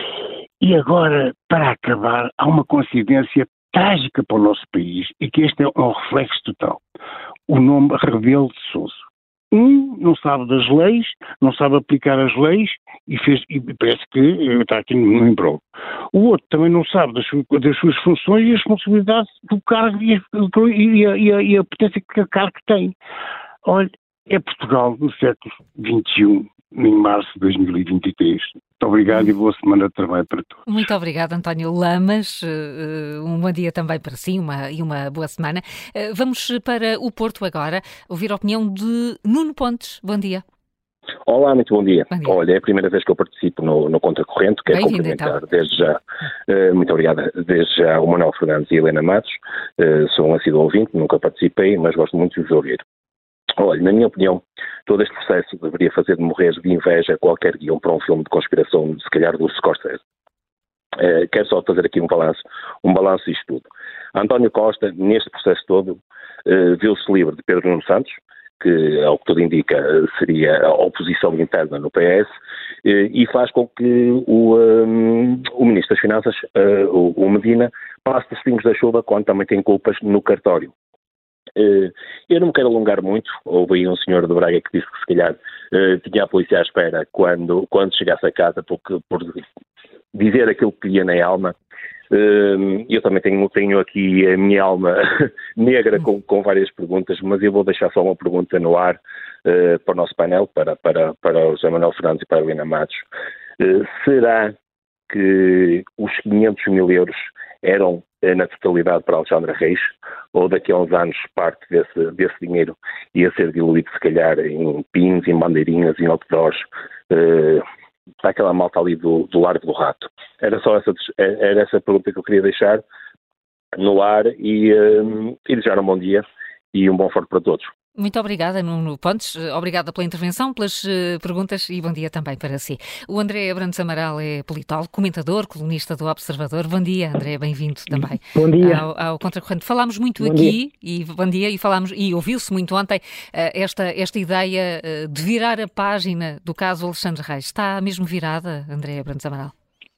E agora, para acabar, há uma coincidência trágica para o nosso país, e que este é um reflexo total. O nome Rebelo de Sousa. Um não sabe das leis, não sabe aplicar as leis e, fez, e parece que está aqui no emprego. O outro também não sabe das, das suas funções e as responsabilidades do cargo e a, e a, e a, e a potência que o cargo tem. Olha, é Portugal no século vinte e um, em março de dois mil e vinte e três. Muito obrigado e boa semana de trabalho para todos. Muito obrigado, António Lamas. Um bom dia também para si uma, e uma boa semana. Vamos para o Porto agora, ouvir a opinião de Nuno Pontes. Bom dia. Olá, muito bom dia. Bom dia. Olha, é a primeira vez que eu participo no, no Contracorrente, quero cumprimentar então. desde já, uh, muito obrigada, desde já o Manuel Fernandes e a Helena Matos. Uh, sou um assíduo ouvinte, nunca participei, mas gosto muito de os ouvir. Olha, na minha opinião, todo este processo deveria fazer de morrer de inveja qualquer guião para um filme de conspiração, se calhar do Scorsese. Uh, quero só fazer aqui um balanço, um balanço disto tudo. António Costa, neste processo todo, uh, viu-se livre de Pedro Nuno Santos, que, ao que tudo indica, seria a oposição interna no P S, uh, e faz com que o, um, o Ministro das Finanças, uh, o, o Medina, passe dos pingos da chuva quando também tem culpas no cartório. Uh, eu não me quero alongar muito. Houve aí um senhor de Braga que disse que se calhar uh, tinha a polícia à espera quando, quando chegasse a casa porque, por dizer aquilo que ia na alma. Uh, eu também tenho, tenho aqui a minha alma negra com, com várias perguntas, mas eu vou deixar só uma pergunta no ar uh, para o nosso painel, para, para, para o José Manuel Fernandes e para a Helena Matos. Uh, será que os quinhentos mil euros eram na totalidade para Alexandra Reis, ou daqui a uns anos parte desse, desse dinheiro ia ser diluído se calhar em pins, em bandeirinhas, em outdoors, uh, para aquela malta ali do, do Largo do Rato. Era só essa, era essa pergunta que eu queria deixar no ar e, uh, e desejar um bom dia e um bom forte para todos. Muito obrigada, Nuno Pontes. Obrigada pela intervenção, pelas uh, perguntas e bom dia também para si. O André Abrantes Amaral é politólogo, comentador, colunista do Observador. Bom dia, André, bem-vindo também bom dia. Ao, ao Contracorrente. Falámos muito bom aqui, dia. e bom dia, e, falámos, e ouviu-se muito ontem uh, esta, esta ideia uh, de virar a página do caso Alexandre Reis. Está mesmo virada, André Abrantes Amaral?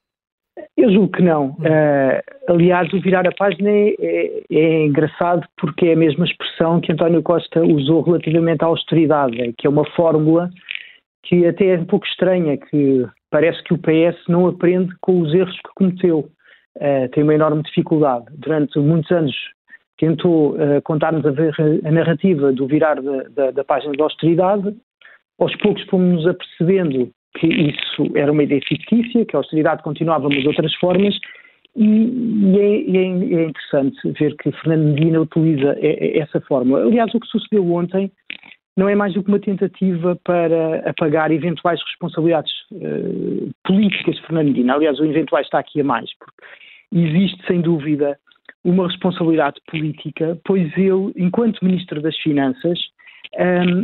Eu julgo que não. Uh, aliás, o virar a página é, é, é engraçado porque é a mesma expressão que António Costa usou relativamente à austeridade, que é uma fórmula que até é um pouco estranha, que parece que o P S não aprende com os erros que cometeu. Uh, tem uma enorme dificuldade. Durante muitos anos tentou uh, contar-nos a, ver, a narrativa do virar da, da, da página da austeridade. Aos poucos fomos-nos apercebendo que isso era uma ideia fictícia, que a austeridade continuava, mas de outras formas, e, e, é, e é interessante ver que Fernando Medina utiliza essa fórmula. Aliás, o que sucedeu ontem não é mais do que uma tentativa para apagar eventuais responsabilidades uh, políticas de Fernando Medina. Aliás, o eventuais está aqui a mais, porque existe, sem dúvida, uma responsabilidade política, pois ele, enquanto Ministro das Finanças, um,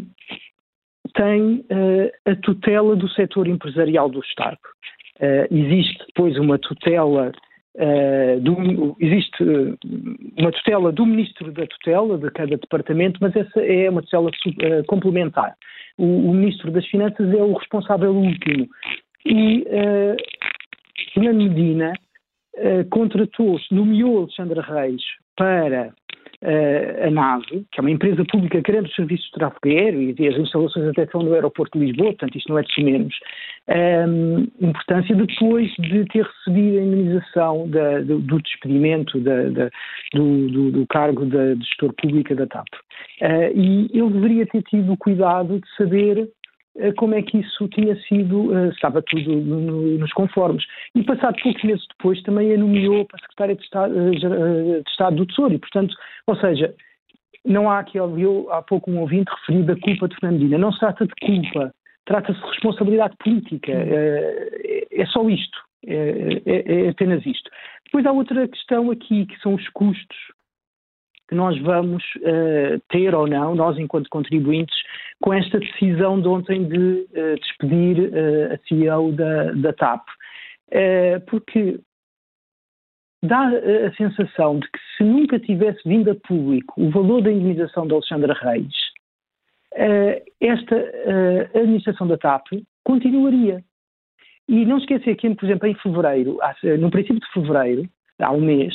tem uh, a tutela do setor empresarial do Estado. Uh, existe depois uma tutela, uh, do, existe uma tutela do Ministro da Tutela de cada departamento, mas essa é uma tutela uh, complementar. O, o Ministro das Finanças é o responsável último. E uh, Fernando Medina uh, contratou, nomeou Alexandra Reis para uh, a NAVE, que é uma empresa pública que garante os serviços de tráfego aéreo e as instalações até são no aeroporto de Lisboa, portanto isto não é de menos, um, importância depois de ter recebido a indemnização da, do, do despedimento da, da, do, do, do cargo de, de gestor pública da TAP. Uh, e ele deveria ter tido o cuidado de saber como é que isso tinha sido, uh, estava tudo no, no, nos conformes. E passado poucos meses depois também a nomeou para a Secretária de Estado, uh, de Estado do Tesouro. E, portanto, ou seja, não há aqui, ouviu há pouco um ouvinte referido da culpa de Fernando Medina. Não se trata de culpa, trata-se de responsabilidade política. Uh, é só isto, é, é, é apenas isto. Depois há outra questão aqui, que são os custos que nós vamos uh, ter ou não, nós enquanto contribuintes, com esta decisão de ontem de uh, despedir uh, a C E O da, da TAP. Uh, porque dá a sensação de que se nunca tivesse vindo a público o valor da indemnização de Alexandra Reis, uh, esta uh, administração da TAP continuaria. E não esquecer que, por exemplo, em fevereiro, no princípio de fevereiro, há um mês,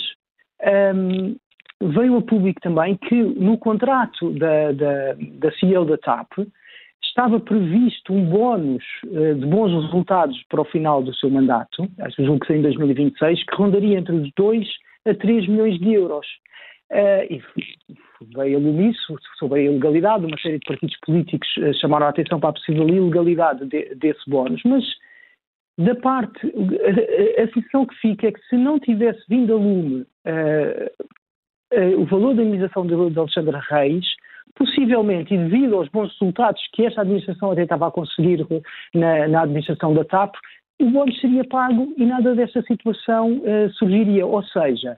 um, veio a público também que no contrato da, da, da C E O da TAP estava previsto um bónus uh, de bons resultados para o final do seu mandato, acho que em dois mil e vinte e seis, que rondaria entre os dois a três milhões de euros. Uh, e veio a lume isso, sobre a ilegalidade, uma série de partidos políticos uh, chamaram a atenção para a possível ilegalidade de, desse bónus, mas da parte, a, a, a sensação que fica é que se não tivesse vindo a lume uh, Uh, o valor da indemnização de, de Alexandra Reis, possivelmente, e devido aos bons resultados que esta administração até estava a conseguir na, na administração da TAP, o bónus seria pago e nada desta situação uh, surgiria. Ou seja,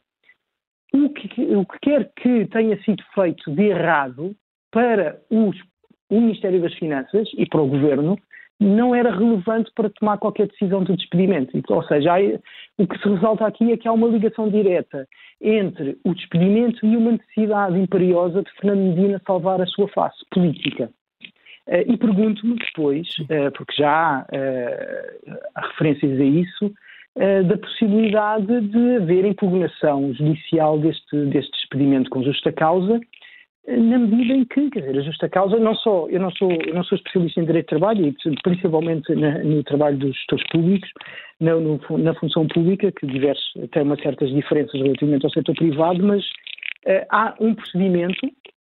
o que, o que quer que tenha sido feito de errado para os, o Ministério das Finanças e para o Governo, não era relevante para tomar qualquer decisão de despedimento. Ou seja, há, o que se ressalta aqui é que há uma ligação direta entre o despedimento e uma necessidade imperiosa de Fernando Medina salvar a sua face política. Uh, e pergunto-me depois, uh, porque já há, uh, há referências a isso, uh, da possibilidade de haver impugnação judicial deste, deste despedimento com justa causa, na medida em que, quer dizer, a justa causa, não só, eu não sou, eu não sou especialista em direito de trabalho, e principalmente na, no trabalho dos gestores públicos, na, no, na função pública, que diversos, tem umas certas diferenças relativamente ao setor privado, mas uh, há um procedimento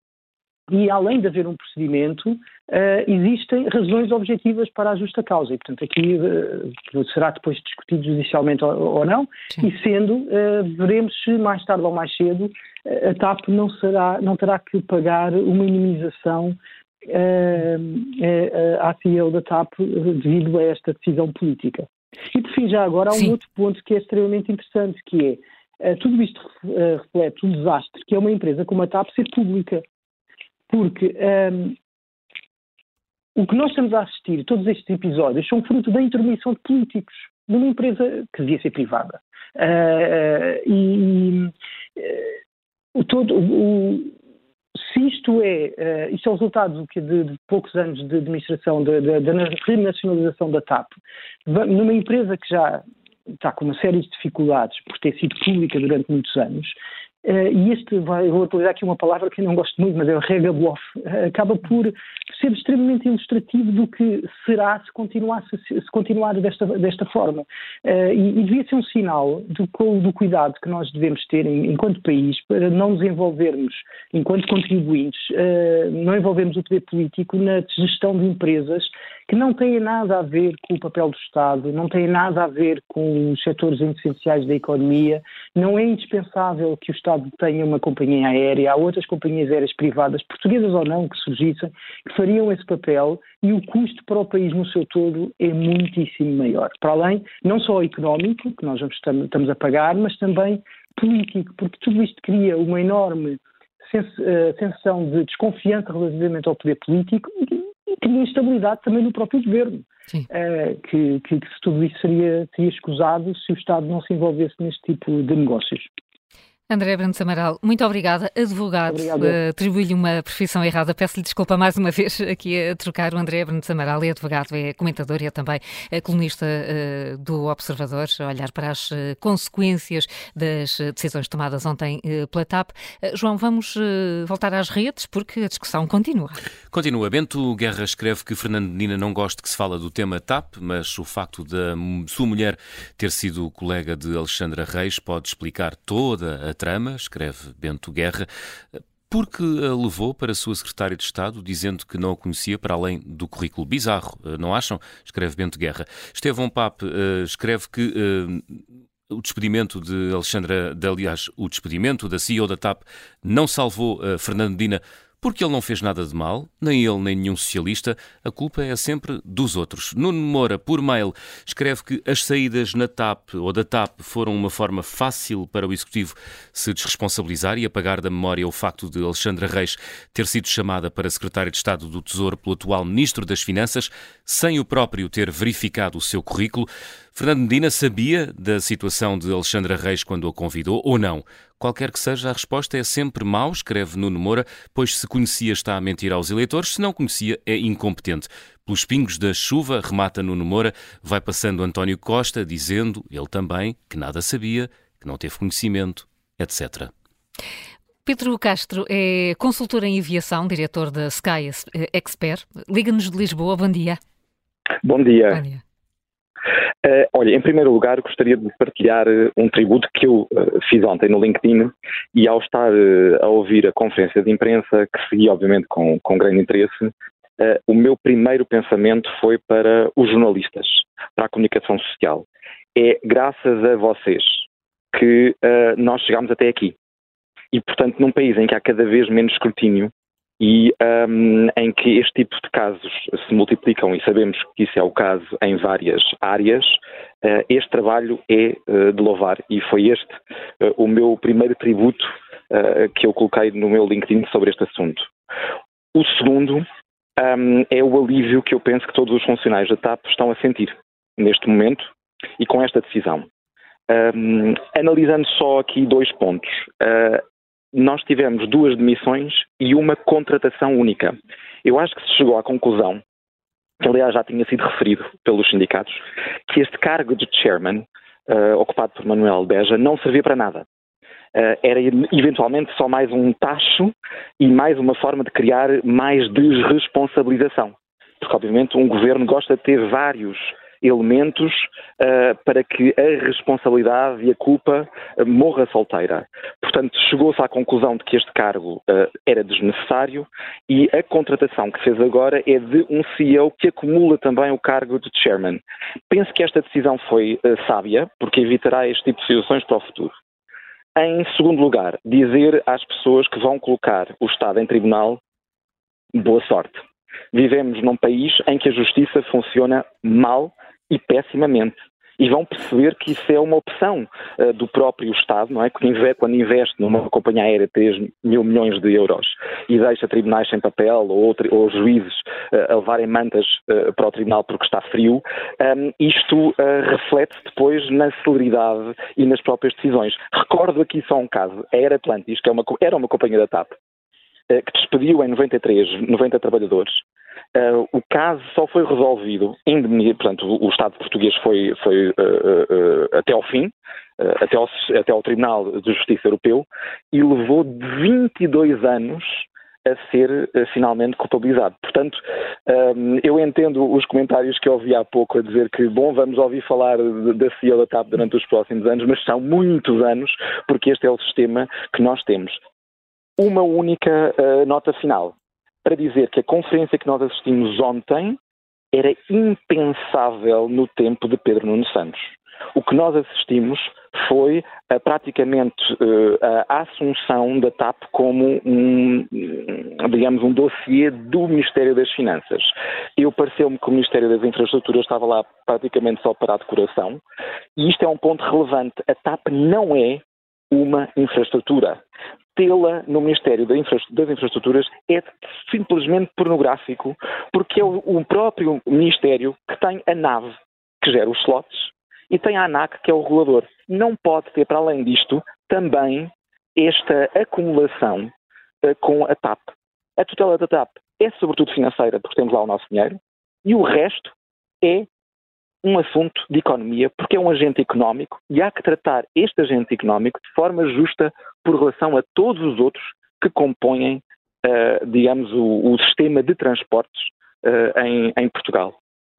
e, além de haver um procedimento, uh, existem razões objetivas para a justa causa. E, portanto, aqui uh, será depois discutido judicialmente ou, ou não, Sim. e sendo, uh, veremos se mais tarde ou mais cedo a TAP não, será, não terá que pagar uma indemnização uh, uh, à C E O da TAP devido a esta decisão política. E, por fim, já agora há um Sim. outro ponto que é extremamente interessante, que é, uh, tudo isto uh, reflete um desastre, que é uma empresa como a TAP ser pública. Porque um, o que nós estamos a assistir, todos estes episódios, são fruto da intermissão de políticos numa empresa que devia ser privada. Uh, e uh, todo, o, se isto é, uh, isto é o resultado de, de, de poucos anos de administração, da renacionalização da TAP, numa empresa que já está com uma série de dificuldades por ter sido pública durante muitos anos, Uh, e este, vai, vou utilizar aqui uma palavra que eu não gosto muito, mas é o regabof, uh, acaba por ser extremamente ilustrativo do que será se, continuasse, se continuar desta, desta forma. Uh, e, e devia ser um sinal do, do cuidado que nós devemos ter em, enquanto país para não nos envolvermos, enquanto contribuintes, uh, não envolvermos o poder político na gestão de empresas que não têm nada a ver com o papel do Estado, não têm nada a ver com os setores essenciais da economia. Não é indispensável que o Estado tenha uma companhia aérea, há outras companhias aéreas privadas, portuguesas ou não, que surgissem, que fariam esse papel, e o custo para o país no seu todo é muitíssimo maior. Para além, não só económico, que nós estamos a pagar, mas também político, porque tudo isto cria uma enorme sensação de desconfiança relativamente ao poder político e cria instabilidade também no próprio governo. Uh, que, que, que se tudo isso seria, seria escusado se o Estado não se envolvesse neste tipo de negócios. André Brandes Amaral, muito obrigada. Advogado, uh, atribuí-lhe uma profissão errada. Peço-lhe desculpa mais uma vez aqui a trocar. O André Brandes Amaral é advogado, é comentador e é também colunista uh, do Observador, a olhar para as uh, consequências das uh, decisões tomadas ontem uh, pela TAP. Uh, João, vamos uh, voltar às redes porque a discussão continua. Continua. Bento Guerra escreve que Fernando Medina não gosta que se fala do tema TAP, mas o facto da sua mulher ter sido colega de Alexandra Reis pode explicar toda a trama, escreve Bento Guerra, porque a levou para a sua secretária de Estado, dizendo que não a conhecia para além do currículo. Bizarro, não acham? Escreve Bento Guerra. Estevão Pape uh, escreve que uh, o despedimento de Alexandra, de, aliás, o despedimento da C E O da TAP não salvou uh, Fernando Medina porque ele não fez nada de mal, nem ele nem nenhum socialista, a culpa é sempre dos outros. Nuno Moura, por mail, escreve que as saídas na TAP ou da TAP foram uma forma fácil para o Executivo se desresponsabilizar e apagar da memória o facto de Alexandra Reis ter sido chamada para secretária de Estado do Tesouro pelo atual Ministro das Finanças, sem o próprio ter verificado o seu currículo. Fernando Medina sabia da situação de Alexandra Reis quando a convidou ou não? Qualquer que seja, a resposta é sempre mau, escreve Nuno Moura, pois se conhecia está a mentir aos eleitores, se não conhecia é incompetente. Pelos pingos da chuva, remata Nuno Moura, vai passando António Costa, dizendo, ele também, que nada sabia, que não teve conhecimento, etcétera. Pedro Castro é consultor em aviação, diretor da Sky Expert. Liga-nos de Lisboa, bom dia. Bom dia. Bom dia. Uh, olha, em primeiro lugar gostaria de partilhar uh, um tributo que eu uh, fiz ontem no LinkedIn e ao estar uh, a ouvir a conferência de imprensa, que segui obviamente com, com grande interesse, uh, o meu primeiro pensamento foi para os jornalistas, para a comunicação social. É graças a vocês que uh, nós chegamos até aqui. E, portanto, num país em que há cada vez menos escrutínio, e um, em que este tipo de casos se multiplicam, e sabemos que isso é o caso em várias áreas, uh, este trabalho é uh, de louvar, e foi este uh, o meu primeiro tributo uh, que eu coloquei no meu LinkedIn sobre este assunto. O segundo um, é o alívio que eu penso que todos os funcionários da TAP estão a sentir neste momento e com esta decisão. Um, analisando só aqui dois pontos. Uh, Nós tivemos duas demissões e uma contratação única. Eu acho que se chegou à conclusão, que aliás já tinha sido referido pelos sindicatos, que este cargo de chairman, uh, ocupado por Manuel Beja, não servia para nada. Uh, era eventualmente só mais um tacho e mais uma forma de criar mais desresponsabilização. Porque obviamente um governo gosta de ter vários elementos uh, para que a responsabilidade e a culpa uh, morra solteira. Portanto, chegou-se à conclusão de que este cargo uh, era desnecessário e a contratação que fez agora é de um C E O que acumula também o cargo de chairman. Penso que esta decisão foi uh, sábia, porque evitará este tipo de situações para o futuro. Em segundo lugar, dizer às pessoas que vão colocar o Estado em tribunal, boa sorte. Vivemos num país em que a justiça funciona mal e pessimamente. E vão perceber que isso é uma opção uh, do próprio Estado, não é? Quando investe numa companhia aérea de três mil milhões de euros e deixa tribunais sem papel ou, ou juízes uh, a levarem mantas uh, para o tribunal porque está frio, um, isto uh, reflete depois na celeridade e nas próprias decisões. Recordo aqui só um caso, a Air Atlantis, que é uma, era uma companhia da TAP, uh, que despediu em noventa e três, noventa trabalhadores. Uh, o caso só foi resolvido, em, portanto, o, o Estado português foi, foi uh, uh, até ao fim, uh, até, ao, até ao Tribunal de Justiça Europeu, e levou vinte e dois anos a ser uh, finalmente culpabilizado. Portanto, um, eu entendo os comentários que ouvi há pouco a dizer que, bom, vamos ouvir falar da C E O da TAP durante os próximos anos, mas são muitos anos, porque este é o sistema que nós temos. Uma única uh, nota final, para dizer que a conferência que nós assistimos ontem era impensável no tempo de Pedro Nuno Santos. O que nós assistimos foi uh, praticamente uh, a assunção da TAP como um, digamos, um dossiê do Ministério das Finanças. Eu pareceu-me que o Ministério das Infraestruturas estava lá praticamente só para a decoração, e isto é um ponto relevante. A TAP não é uma infraestrutura. Tê-la no Ministério das Infraestruturas é simplesmente pornográfico, porque é o próprio Ministério que tem a nave que gera os slots e tem a ANAC, que é o regulador. Não pode ter, para além disto, também esta acumulação uh, com a TAP. A tutela da TAP é sobretudo financeira, porque temos lá o nosso dinheiro, e o resto é um assunto de economia, porque é um agente económico e há que tratar este agente económico de forma justa por relação a todos os outros que compõem, uh, digamos, o, o sistema de transportes uh, em, em Portugal.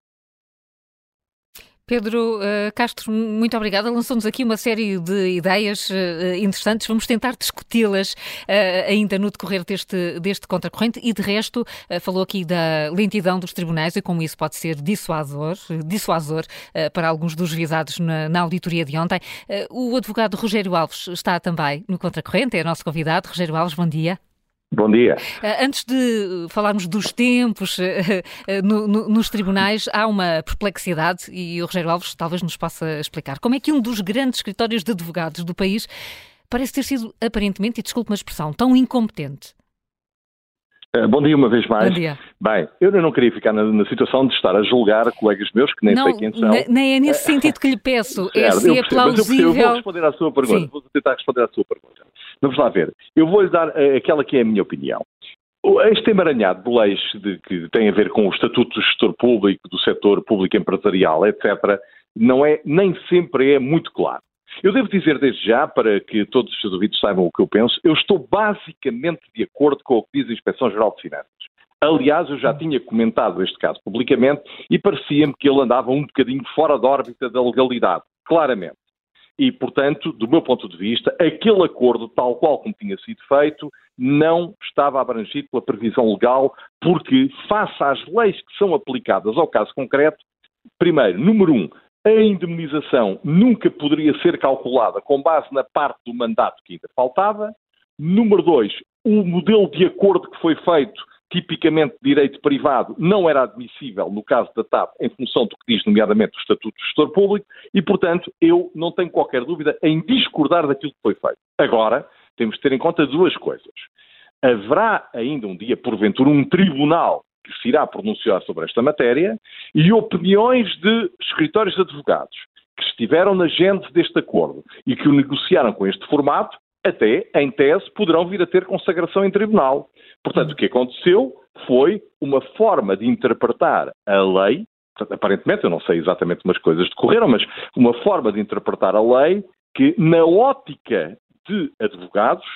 Pedro uh, Castro, muito obrigada. Lançou-nos aqui uma série de ideias uh, interessantes. Vamos tentar discuti-las uh, ainda no decorrer deste, deste contracorrente e, de resto, uh, falou aqui da lentidão dos tribunais e como isso pode ser dissuasor, dissuasor uh, para alguns dos visados na, na auditoria de ontem. Uh, o advogado Rogério Alves está também no contracorrente, é nosso convidado. Rogério Alves, bom dia. Bom dia. Antes de falarmos dos tempos no, no, nos tribunais, há uma perplexidade e o Rogério Alves talvez nos possa explicar. Como é que um dos grandes escritórios de advogados do país parece ter sido, aparentemente, e desculpe uma expressão, tão incompetente? Uh, bom dia uma vez mais. Bom dia. Bem, eu não queria ficar na, na situação de estar a julgar colegas meus que nem não, sei quem são. N- nem é nesse sentido que lhe peço. Certo, é se é plausível. Mas eu, eu vou responder à sua pergunta. Sim. Vou tentar responder à sua pergunta. Vamos lá ver. Eu vou-lhe dar uh, aquela que é a minha opinião. Este emaranhado de leis de, que tem a ver com o estatuto do gestor público, do setor público empresarial, etcétera, não é, nem sempre é muito claro. Eu devo dizer desde já, para que todos os seus ouvintes saibam o que eu penso, eu estou basicamente de acordo com o que diz a Inspeção-Geral de Finanças. Aliás, eu já tinha comentado este caso publicamente e parecia-me que ele andava um bocadinho fora da órbita da legalidade, claramente. E, portanto, do meu ponto de vista, aquele acordo, tal qual como tinha sido feito, não estava abrangido pela previsão legal, porque, face às leis que são aplicadas ao caso concreto, primeiro, número um, a indemnização nunca poderia ser calculada com base na parte do mandato que ainda faltava. Número dois, o modelo de acordo que foi feito, tipicamente de direito privado, não era admissível no caso da TAP em função do que diz nomeadamente o Estatuto do Gestor Público e, portanto, eu não tenho qualquer dúvida em discordar daquilo que foi feito. Agora, temos de ter em conta duas coisas. Haverá ainda um dia, porventura, um tribunal que se irá pronunciar sobre esta matéria e opiniões de escritórios de advogados que estiveram na gênese deste acordo e que o negociaram com este formato, até, em tese, poderão vir a ter consagração em tribunal. Portanto, o que aconteceu foi uma forma de interpretar a lei, portanto, aparentemente, eu não sei exatamente como as coisas decorreram, mas uma forma de interpretar a lei que, na ótica de advogados,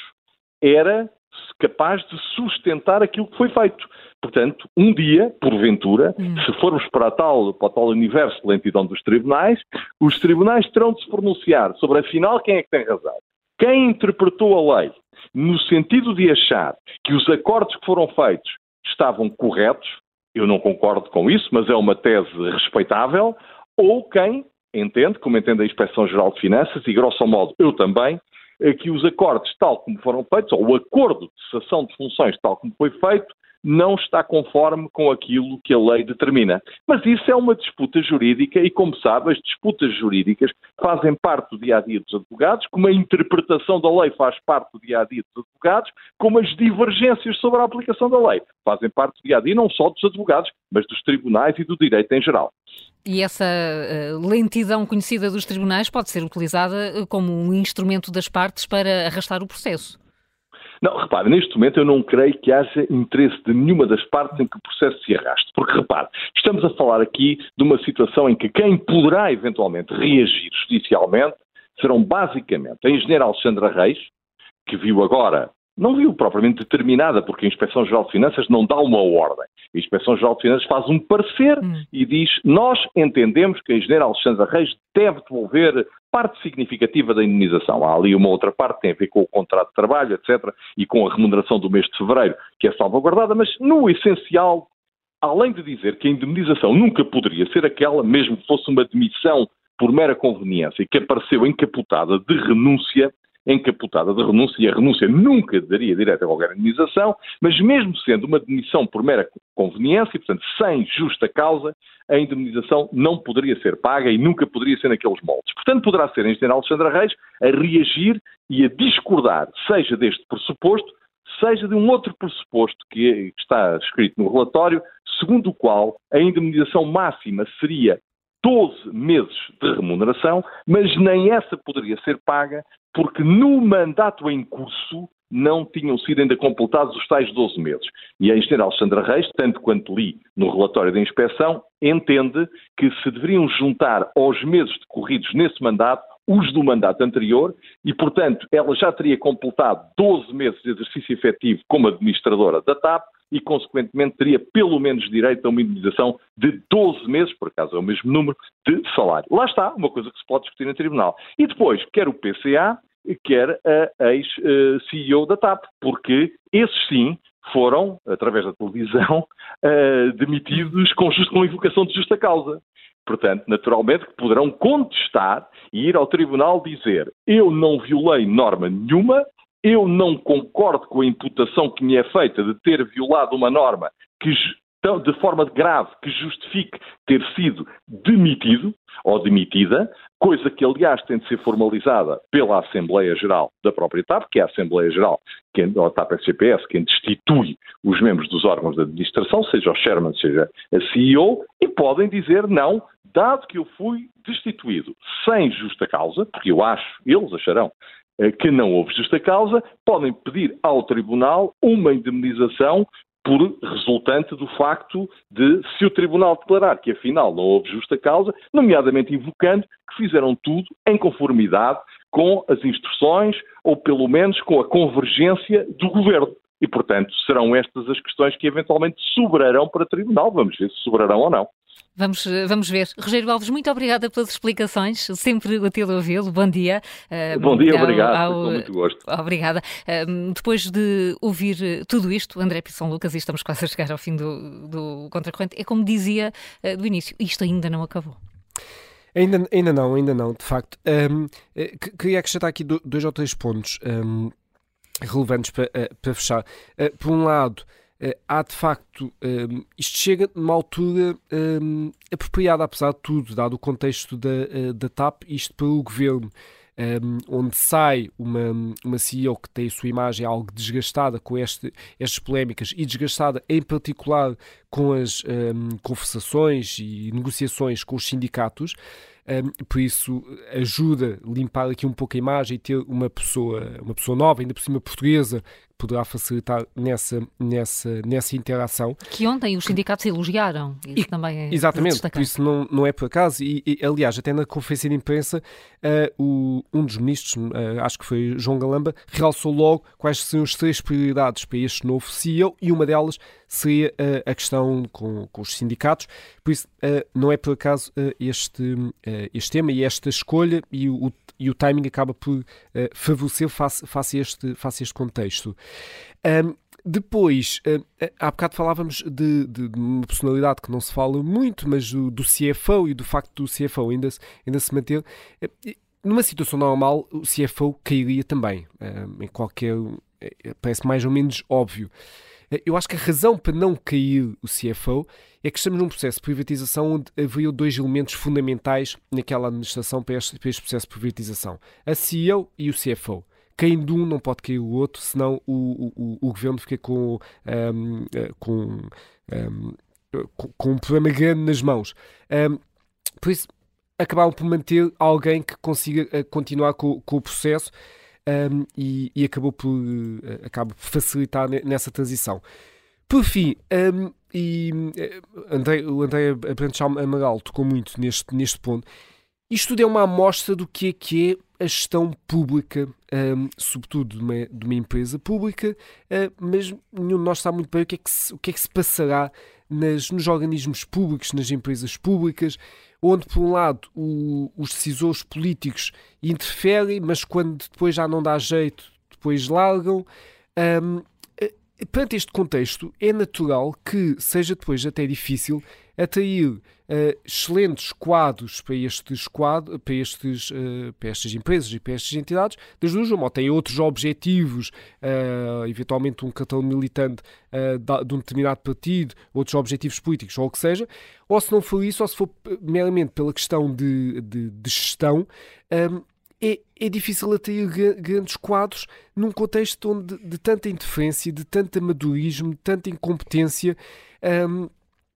era capaz de sustentar aquilo que foi feito. Portanto, um dia, porventura, hum. se formos para, a tal, para o tal universo de lentidão dos tribunais, os tribunais terão de se pronunciar sobre, afinal, quem é que tem razão. Quem interpretou a lei no sentido de achar que os acordos que foram feitos estavam corretos, eu não concordo com isso, mas é uma tese respeitável, ou quem entende, como entende a Inspeção-Geral de Finanças, e grosso modo eu também, que os acordos tal como foram feitos, ou o acordo de cessação de funções tal como foi feito, não está conforme com aquilo que a lei determina. Mas isso é uma disputa jurídica e, como sabe, as disputas jurídicas fazem parte do dia-a-dia dos advogados, como a interpretação da lei faz parte do dia-a-dia dos advogados, como as divergências sobre a aplicação da lei fazem parte do dia-a-dia não só dos advogados, mas dos tribunais e do direito em geral. E essa uh, lentidão conhecida dos tribunais pode ser utilizada como um instrumento das partes para arrastar o processo? Não, repare, neste momento eu não creio que haja interesse de nenhuma das partes em que o processo se arraste. Porque, repare, estamos a falar aqui de uma situação em que quem poderá eventualmente reagir judicialmente serão basicamente a engenheira Alexandra Reis, que viu agora, não viu propriamente determinada, porque a Inspeção-Geral de Finanças não dá uma ordem. A Inspeção-Geral de Finanças faz um parecer hum. e diz, nós entendemos que a engenheira Alexandra Reis deve devolver parte significativa da indemnização. Há ali uma outra parte que tem a ver com o contrato de trabalho, etcétera, e com a remuneração do mês de fevereiro, que é salvaguardada, mas no essencial, além de dizer que a indemnização nunca poderia ser aquela, mesmo que fosse uma demissão por mera conveniência, e que apareceu encapotada de renúncia, encapotada de renúncia, e a renúncia nunca daria direito a qualquer indemnização, mas mesmo sendo uma demissão por mera conveniência, e portanto sem justa causa, a indemnização não poderia ser paga e nunca poderia ser naqueles moldes. Portanto, poderá ser a engenheira Alexandra Reis a reagir e a discordar, seja deste pressuposto, seja de um outro pressuposto que está escrito no relatório, segundo o qual a indemnização máxima seria doze meses de remuneração, mas nem essa poderia ser paga porque no mandato em curso não tinham sido ainda completados os tais doze meses. E a engenheira Alexandra Reis, tanto quanto li no relatório da inspeção, entende que se deveriam juntar aos meses decorridos nesse mandato os do mandato anterior e, portanto, ela já teria completado doze meses de exercício efetivo como administradora da TAP e, consequentemente, teria pelo menos direito a uma indemnização de doze meses, por acaso é o mesmo número, de salário. Lá está, uma coisa que se pode discutir no tribunal. E depois, quer o P C A, quer a ex-C E O da TAP, porque esses sim foram, através da televisão, uh, demitidos com, just, com invocação de justa causa. Portanto, naturalmente, que poderão contestar e ir ao tribunal dizer eu não violei norma nenhuma, eu não concordo com a imputação que me é feita de ter violado uma norma que, de forma grave que justifique ter sido demitido ou demitida, coisa que, aliás, tem de ser formalizada pela Assembleia Geral da própria TAP, que é a Assembleia Geral, que é a TAP S G P S, quem destitui os membros dos órgãos de administração, seja o Chairman, seja a C E O, e podem dizer não, dado que eu fui destituído sem justa causa, porque eu acho, eles acharão, que não houve justa causa, podem pedir ao Tribunal uma indemnização por resultante do facto de, se o Tribunal declarar que afinal não houve justa causa, nomeadamente invocando que fizeram tudo em conformidade com as instruções ou pelo menos com a convergência do Governo. E, portanto, serão estas as questões que eventualmente sobrarão para o Tribunal. Vamos ver se sobrarão ou não. Vamos, vamos ver. Rogério Alves, muito obrigada pelas explicações. Sempre útil ouvi-lo. Bom dia. Bom dia, ao, obrigado. Ao, com muito gosto. Obrigada. Depois de ouvir tudo isto, André Pissão Lucas, e estamos quase a chegar ao fim do, do Contracorrente, é como dizia do início, isto ainda não acabou. Ainda, ainda não, ainda não, de facto. Um, queria acrescentar aqui dois ou três pontos um, relevantes para, para fechar. Uh, por um lado, Uh, há de facto, um, isto chega numa altura um, apropriada, apesar de tudo, dado o contexto da, uh, da TAP, isto pelo governo, um, onde sai uma, uma C E O que tem a sua imagem algo desgastada com este, estas polémicas e desgastada em particular com as um, conversações e negociações com os sindicatos. Um, por isso ajuda a limpar aqui um pouco a imagem e ter uma pessoa, uma pessoa nova, ainda por cima portuguesa, que poderá facilitar nessa, nessa, nessa interação. Que ontem os sindicatos elogiaram. Isso e, também é exatamente, por isso não, não é por acaso. E, e, aliás, até na conferência de imprensa, uh, o, um dos ministros, uh, acho que foi João Galamba, realçou logo quais seriam as três prioridades para este novo C E O e uma delas seria uh, a questão com, com os sindicatos. Por isso, uh, não é por acaso uh, este, uh, este tema e esta escolha e o, e o timing acaba por uh, favorecer face, face, este, face este contexto. Um, depois, uh, há bocado falávamos de, de, de uma personalidade que não se fala muito, mas do, do C F O e do facto do C F O ainda se, ainda se manter. Uh, numa situação normal, o C F O cairia também, uh, em qualquer... Uh, parece mais ou menos óbvio. Eu acho que a razão para não cair o C F O é que estamos num processo de privatização onde havia dois elementos fundamentais naquela administração para este, para este processo de privatização. A C E O e o C F O. Caindo um não pode cair o outro, senão o, o, o governo fica com, um, com, um, com um problema grande nas mãos. Um, por isso, acabaram por manter alguém que consiga continuar com, com o processo. Um, e, e acabou por, uh, acaba por facilitar nessa transição. Por fim, um, e uh, André, o André Abrantes Amaral tocou muito neste, neste ponto, isto tudo é uma amostra do que é que é a gestão pública, um, sobretudo de uma, de uma empresa pública, uh, mas nenhum de nós sabe muito bem o que é que se, o que é que se passará nas, nos organismos públicos, nas empresas públicas, onde, por um lado, o, os decisores políticos interferem, mas quando depois já não dá jeito, depois largam. Um, perante este contexto, é natural que seja depois até difícil atrair uh, excelentes quadros para, estes quadros, para, estes, uh, para estas empresas e para estas entidades, das duas uma, ou têm outros objetivos, uh, eventualmente um cartão militante uh, de um determinado partido, outros objetivos políticos, ou o que seja, ou se não for isso, ou se for meramente pela questão de, de, de gestão, um, É, é difícil atrair grandes quadros num contexto onde, de tanta interferência, de tanto amadorismo, de tanta incompetência, um,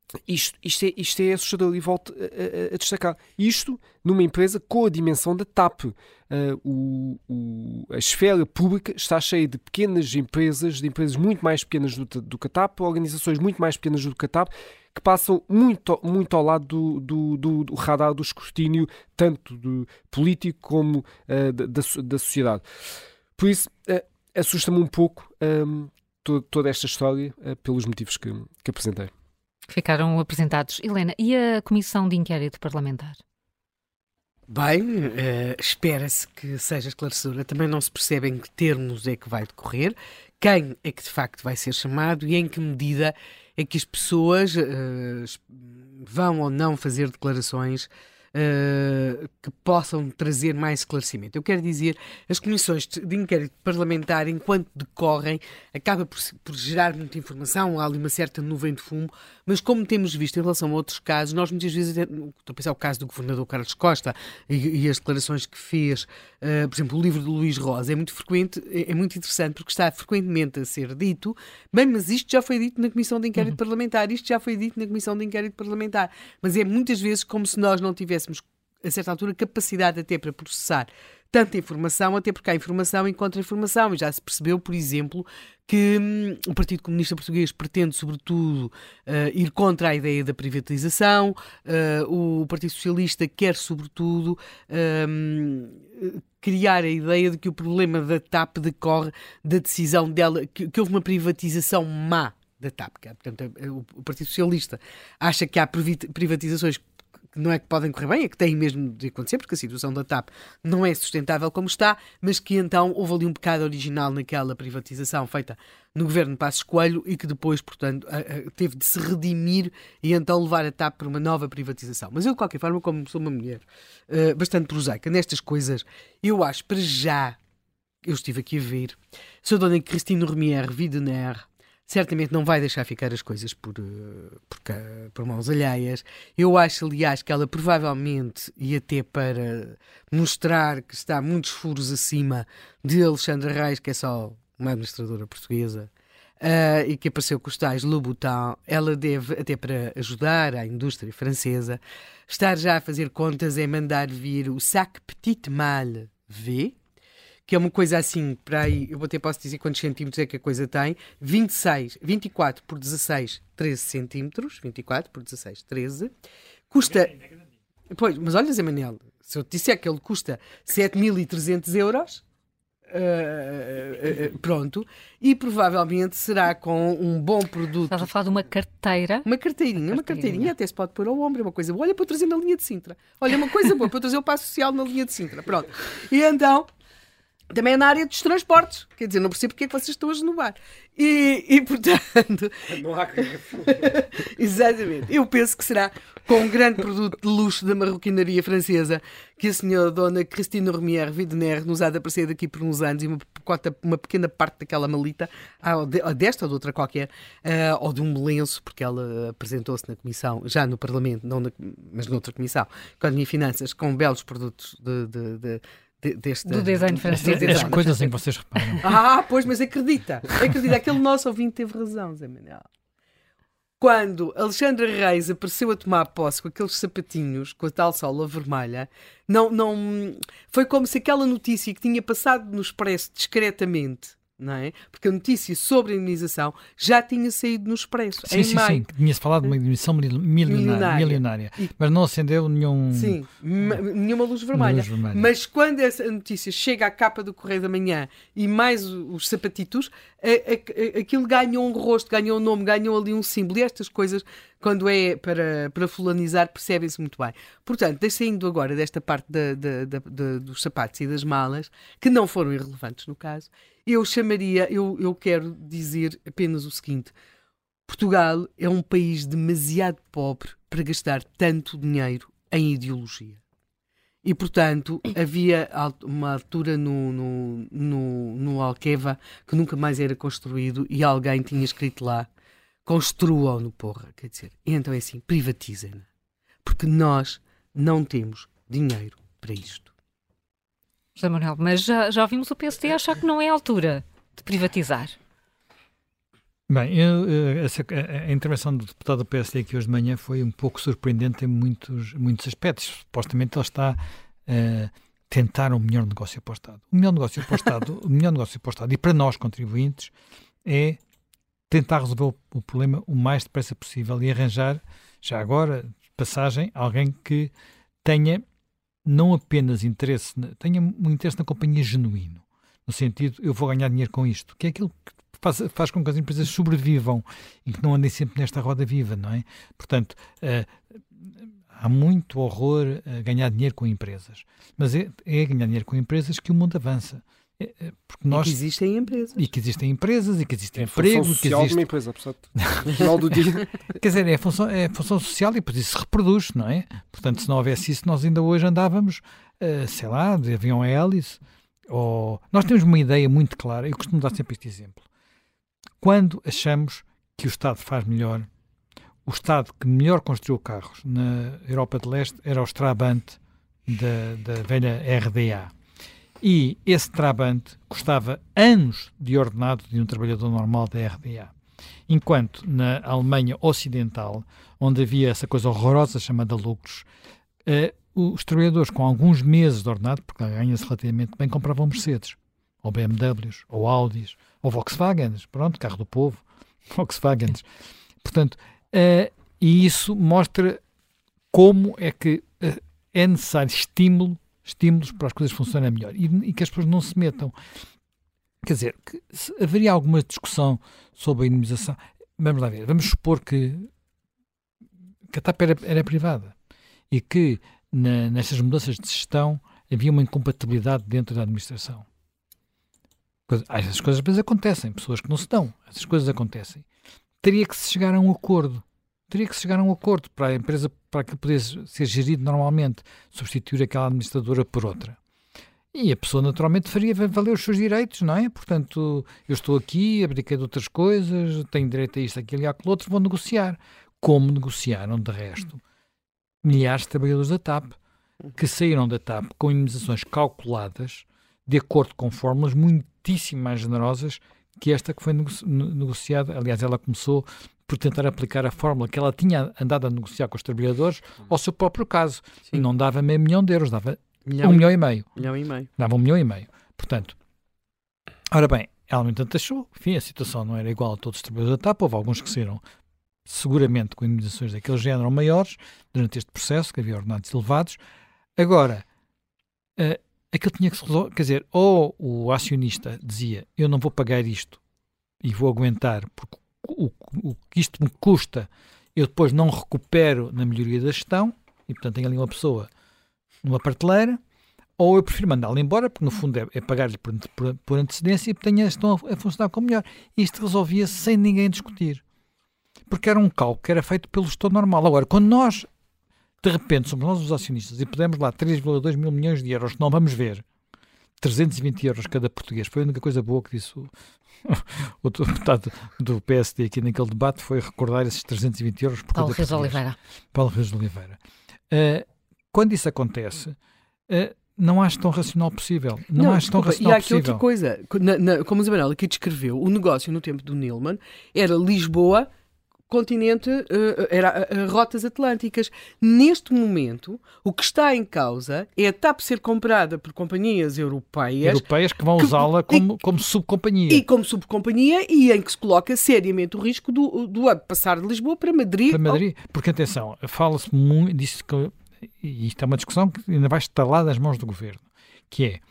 Isto, isto, é, isto é assustador e volto a, a, a destacar. Isto numa empresa com a dimensão da T A P. Uh, o, o, a esfera pública está cheia de pequenas empresas, de empresas muito mais pequenas do, do que a T A P, organizações muito mais pequenas do que a T A P, que passam muito, muito ao lado do, do, do, do radar do escrutínio, tanto do político como uh, da, da, da sociedade. Por isso, uh, assusta-me um pouco um, toda, toda esta história uh, pelos motivos que, que apresentei. Ficaram apresentados. Helena, e a Comissão de Inquérito Parlamentar? Bem, uh, espera-se que seja esclarecedora. Também não se percebe em que termos é que vai decorrer, quem é que de facto vai ser chamado e em que medida é que as pessoas uh, vão ou não fazer declarações uh, que possam trazer mais esclarecimento. Eu quero dizer, as comissões de inquérito parlamentar, enquanto decorrem, acaba por, por gerar muita informação, há ali uma certa nuvem de fumo, mas como temos visto em relação a outros casos, nós muitas vezes, estou a pensar o caso do governador Carlos Costa e, e as declarações que fez, uh, por exemplo, o livro de Luís Rosa, é muito frequente, é, é muito interessante porque está frequentemente a ser dito, bem, mas isto já foi dito na Comissão de Inquérito uhum. Parlamentar, isto já foi dito na Comissão de Inquérito Parlamentar, mas é muitas vezes como se nós não tivéssemos, a certa altura, capacidade até para processar tanta informação, até porque há informação em contra-informação, e já se percebeu, por exemplo, que hum, o Partido Comunista Português pretende, sobretudo, uh, ir contra a ideia da privatização, uh, o Partido Socialista quer, sobretudo, uh, criar a ideia de que o problema da T A P decorre da decisão dela, que, que houve uma privatização má da T A P. Portanto, o Partido Socialista acha que há privatizações que não é que podem correr bem, é que têm mesmo de acontecer, porque a situação da T A P não é sustentável como está, mas que então houve ali um pecado original naquela privatização feita no governo de Passos Coelho e que depois, portanto, teve de se redimir e então levar a T A P para uma nova privatização. Mas eu, de qualquer forma, como sou uma mulher uh, bastante prosaica nestas coisas, eu acho, para já, eu estive aqui a ver, sou a dona Cristina Romier Widener, certamente não vai deixar ficar as coisas por, por, por mãos alheias. Eu acho, aliás, que ela provavelmente, e até para mostrar que está muitos furos acima de Alexandra Reis, que é só uma administradora portuguesa, uh, e que apareceu com os tais Louboutin, ela deve, até para ajudar a indústria francesa, estar já a fazer contas em mandar vir o Sac Petit Mal V, que é uma coisa assim, para aí, eu até posso dizer quantos centímetros é que a coisa tem, vinte e seis, vinte e quatro por dezasseis, treze centímetros, vinte e quatro por dezasseis, treze, custa, pois, mas olha Zé Manel, se eu te disser que ele custa sete mil e trezentos euros, uh, uh, uh, pronto, e provavelmente será com um bom produto. Estás a falar de uma carteira? Uma carteirinha, uma carteirinha, até se pode pôr ao ombro, é uma coisa boa, olha para eu trazer na linha de Sintra, olha, uma coisa boa, para eu trazer o passo social na linha de Sintra, pronto, e então... Também é na área dos transportes. Quer dizer, não percebo porque é que vocês estão a esnobar. E, e portanto... Não há Exatamente. Eu penso que será com um grande produto de luxo da marroquinaria francesa que a senhora dona Cristina Romier Widener nos há de aparecer daqui por uns anos e uma, uma pequena parte daquela malita, ou desta ou de outra qualquer, uh, ou de um lenço, porque ela apresentou-se na comissão, já no Parlamento, não na, mas noutra comissão, Economia e Finanças, com belos produtos de... de, de Deste, do design francês. As coisas em que vocês reparam. Ah, pois, mas acredita. Acredita. Aquele nosso ouvinte teve razão, Zé Manuel. Quando Alexandra Reis apareceu a tomar posse com aqueles sapatinhos, com a tal sola vermelha, não, não, foi como se aquela notícia que tinha passado no Expresso discretamente, não é? Porque a notícia sobre a indenização já tinha saído no Expresso. Sim, em sim, maio. sim. Tinha-se falado de uma indenização milionária, milionária, milionária e, mas não acendeu nenhum... Sim, nenhuma luz vermelha. luz vermelha. Mas quando essa notícia chega à capa do Correio da Manhã e mais os sapatitos, a, a, a, aquilo ganhou um rosto, ganhou um nome, ganhou ali um símbolo. E estas coisas, quando é para, para fulanizar, percebem-se muito bem. Portanto, saindo agora desta parte da, da, da, da, dos sapatos e das malas, que não foram irrelevantes no caso, eu chamaria, eu, eu quero dizer apenas o seguinte: Portugal é um país demasiado pobre para gastar tanto dinheiro em ideologia. E, portanto, havia uma altura no, no, no, no Alqueva que nunca mais era construído e alguém tinha escrito lá: construam-no, porra. Quer dizer, então é assim, privatizem-no. Porque nós não temos dinheiro para isto. José Manuel, mas já, já ouvimos o P S D achar que não é a altura de privatizar. Bem, eu, essa, a, a intervenção do deputado do P S D aqui hoje de manhã foi um pouco surpreendente em muitos, muitos aspectos. Supostamente ele está a uh, tentar um melhor negócio para o Estado. O melhor negócio para o Estado, o melhor negócio para o Estado e para nós, contribuintes, é tentar resolver o, o problema o mais depressa possível e arranjar, já agora, de passagem, alguém que tenha não apenas interesse, tenha um interesse na companhia genuíno, no sentido, eu vou ganhar dinheiro com isto, que é aquilo que faz, faz com que as empresas sobrevivam e que não andem sempre nesta roda viva, não é? Portanto, uh, há muito horror a ganhar dinheiro com empresas, mas é, é a ganhar dinheiro com empresas que o mundo avança. Porque nós... E que existem empresas. E que existem empresas, e que existem é empregos. É social existe... de uma empresa, portanto, no final do dia. Quer dizer, é a função, é a função social e depois isso se reproduz, não é? Portanto, se não houvesse isso, nós ainda hoje andávamos, uh, sei lá, de avião a hélice. Ou... Nós temos uma ideia muito clara, eu costumo dar sempre este exemplo. Quando achamos que o Estado faz melhor, o Estado que melhor construiu carros na Europa de Leste era o Trabant da, da velha R D A. E esse Trabant custava anos de ordenado de um trabalhador normal da R D A. Enquanto na Alemanha Ocidental, onde havia essa coisa horrorosa chamada lucros, eh, os trabalhadores com alguns meses de ordenado, porque ganha-se relativamente bem, compravam Mercedes, ou B M Ws, ou Audis, ou Volkswagens, pronto, carro do povo, Volkswagens. Portanto, eh, e isso mostra como é que eh, é necessário estímulo estímulos para as coisas funcionarem melhor e, e que as pessoas não se metam. Quer dizer, que se haveria alguma discussão sobre a indemnização. Vamos lá ver, vamos supor que, que a TAP era, era privada e que na, nestas mudanças de gestão havia uma incompatibilidade dentro da administração. Essas coisas às vezes acontecem, pessoas que não se dão, essas coisas acontecem. Teria que se chegar a um acordo. Teria que se chegar a um acordo para a empresa, para que pudesse ser gerido normalmente, substituir aquela administradora por outra. E a pessoa naturalmente faria valer os seus direitos, não é? Portanto, eu estou aqui, abdiquei de outras coisas, tenho direito a isto, aquilo e aquilo outro, vou negociar. Como negociaram, de resto, milhares de trabalhadores da TAP, que saíram da TAP com indemnizações calculadas, de acordo com fórmulas muitíssimo mais generosas que esta que foi nego- negociada. Aliás, ela começou por tentar aplicar a fórmula que ela tinha andado a negociar com os trabalhadores ao seu próprio caso. Sim. E não dava meio milhão de euros, dava milhão um e... milhão e meio. Milhão e meio. Dava um milhão e meio. Portanto, ora bem, ela no entanto achou, enfim, a situação não era igual a todos os trabalhadores da TAP, houve alguns que saíram seguramente com indemnizações daquele género maiores durante este processo, que havia ordenados elevados. Agora, uh, aquilo tinha que se resolver, quer dizer, ou o acionista dizia, eu não vou pagar isto e vou aguentar, porque o, o que isto me custa, eu depois não recupero na melhoria da gestão, e portanto tenho ali uma pessoa numa prateleira, ou eu prefiro mandá-lo embora, porque no fundo é, é pagar-lhe por, por, por antecedência e tenho a gestão a, a funcionar como melhor. Isto resolvia-se sem ninguém discutir. Porque era um cálculo que era feito pelo gestor normal. Agora, quando nós, de repente, somos nós os acionistas e podemos lá três vírgula dois mil milhões de euros, não vamos ver, trezentos e vinte euros cada português, foi a única coisa boa que disse o, o deputado do P S D aqui naquele debate, foi recordar esses trezentos e vinte euros por Paulo cada Reis português. Oliveira. Paulo Reis de Oliveira. Uh, quando isso acontece, uh, não acho tão racional possível. Não, não acho tão racional e há aqui possível. outra coisa, na, na, como o Isabel aqui descreveu, o negócio no tempo do Neilman era Lisboa, continente, uh, era uh, rotas atlânticas. Neste momento, o que está em causa é a TAP ser comprada por companhias europeias. Europeias que vão usá-la como, como subcompanhia. E como subcompanhia, e em que se coloca seriamente o risco do, do hub passar de Lisboa para Madrid. Para Madrid, ou... porque atenção, fala-se muito disso, que, e isto é uma discussão que ainda vai estar lá das mãos do governo, que é,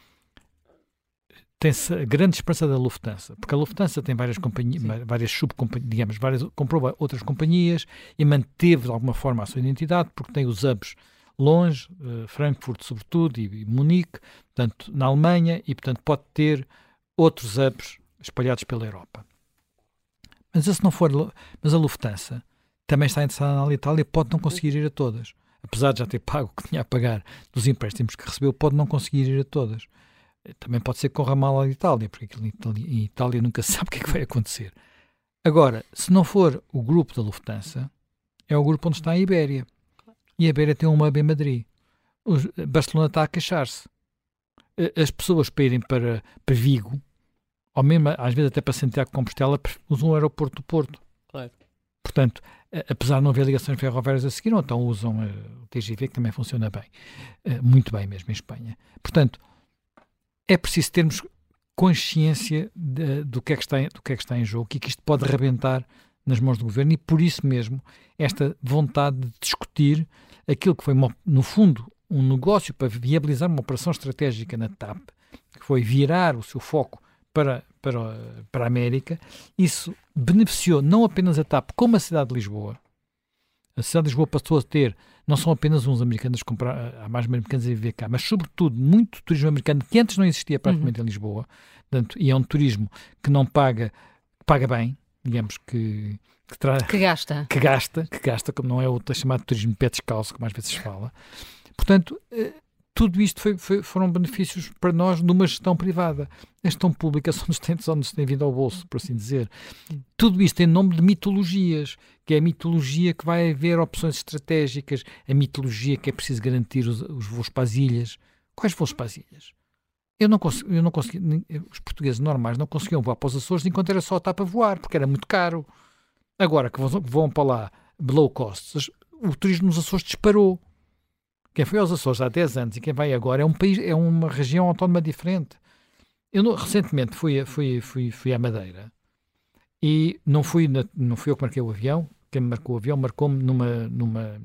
tem-se a grande esperança da Lufthansa, porque a Lufthansa tem várias companhias, várias subcompanhias, digamos, várias, comprou outras companhias e manteve de alguma forma a sua identidade, porque tem os hubs longe, uh, Frankfurt sobretudo, e, e Munique, portanto, na Alemanha, e portanto pode ter outros hubs espalhados pela Europa. Mas se não for, mas a Lufthansa também está interessada na Itália e pode não conseguir ir a todas. Apesar de já ter pago o que tinha a pagar dos empréstimos que recebeu, pode não conseguir ir a todas. Também pode ser que corra mal a Itália, porque aquilo em Itália, em Itália nunca se sabe o que é que vai acontecer. Agora, se não for o grupo da Lufthansa, é o grupo onde está a Ibéria. E a Ibéria tem uma hub em Madrid. Os, Barcelona está a queixar-se. As pessoas para irem para, para Vigo, ou mesmo às vezes até para Santiago de Compostela, usam o aeroporto do Porto. Claro. Portanto, apesar de não haver ligações ferroviárias a seguir, ou então usam uh, o T G V, que também funciona bem, uh, muito bem mesmo em Espanha. Portanto, é preciso termos consciência de, do, que é que está em, do que é que está em jogo e que isto pode rebentar nas mãos do governo, e por isso mesmo esta vontade de discutir aquilo que foi, no fundo, um negócio para viabilizar uma operação estratégica na TAP, que foi virar o seu foco para, para, para a América. Isso beneficiou não apenas a TAP, como a cidade de Lisboa. A cidade de Lisboa passou a ter, não são apenas uns americanos a comprar, há mais americanos a viver cá, mas sobretudo muito turismo americano, que antes não existia praticamente uhum. em Lisboa. Portanto, e é um turismo que não paga, que paga bem, digamos que... Que, tra... que gasta. Que gasta, que gasta, como não é o chamado turismo de pé descalço, como às vezes se fala. Portanto, tudo isto foi, foi, foram benefícios para nós numa gestão privada. A gestão pública só nos tem, só nos tem vindo ao bolso, por assim dizer. Tudo isto em nome de mitologias, que é a mitologia que vai haver opções estratégicas, a mitologia que é preciso garantir os, os voos para as ilhas. Quais voos para as ilhas? Eu não consegui, eu não consegui, os portugueses normais não conseguiam voar para os Açores enquanto era só a TAP a voar, porque era muito caro. Agora que vão, vão para lá low cost, o turismo nos Açores disparou. Quem foi aos Açores há dez anos e quem vai agora é um país, é uma região autónoma diferente. Eu não, recentemente fui, fui, fui, fui à Madeira e não fui, na, não fui eu que marquei o avião, quem me marcou o avião marcou-me numa, numa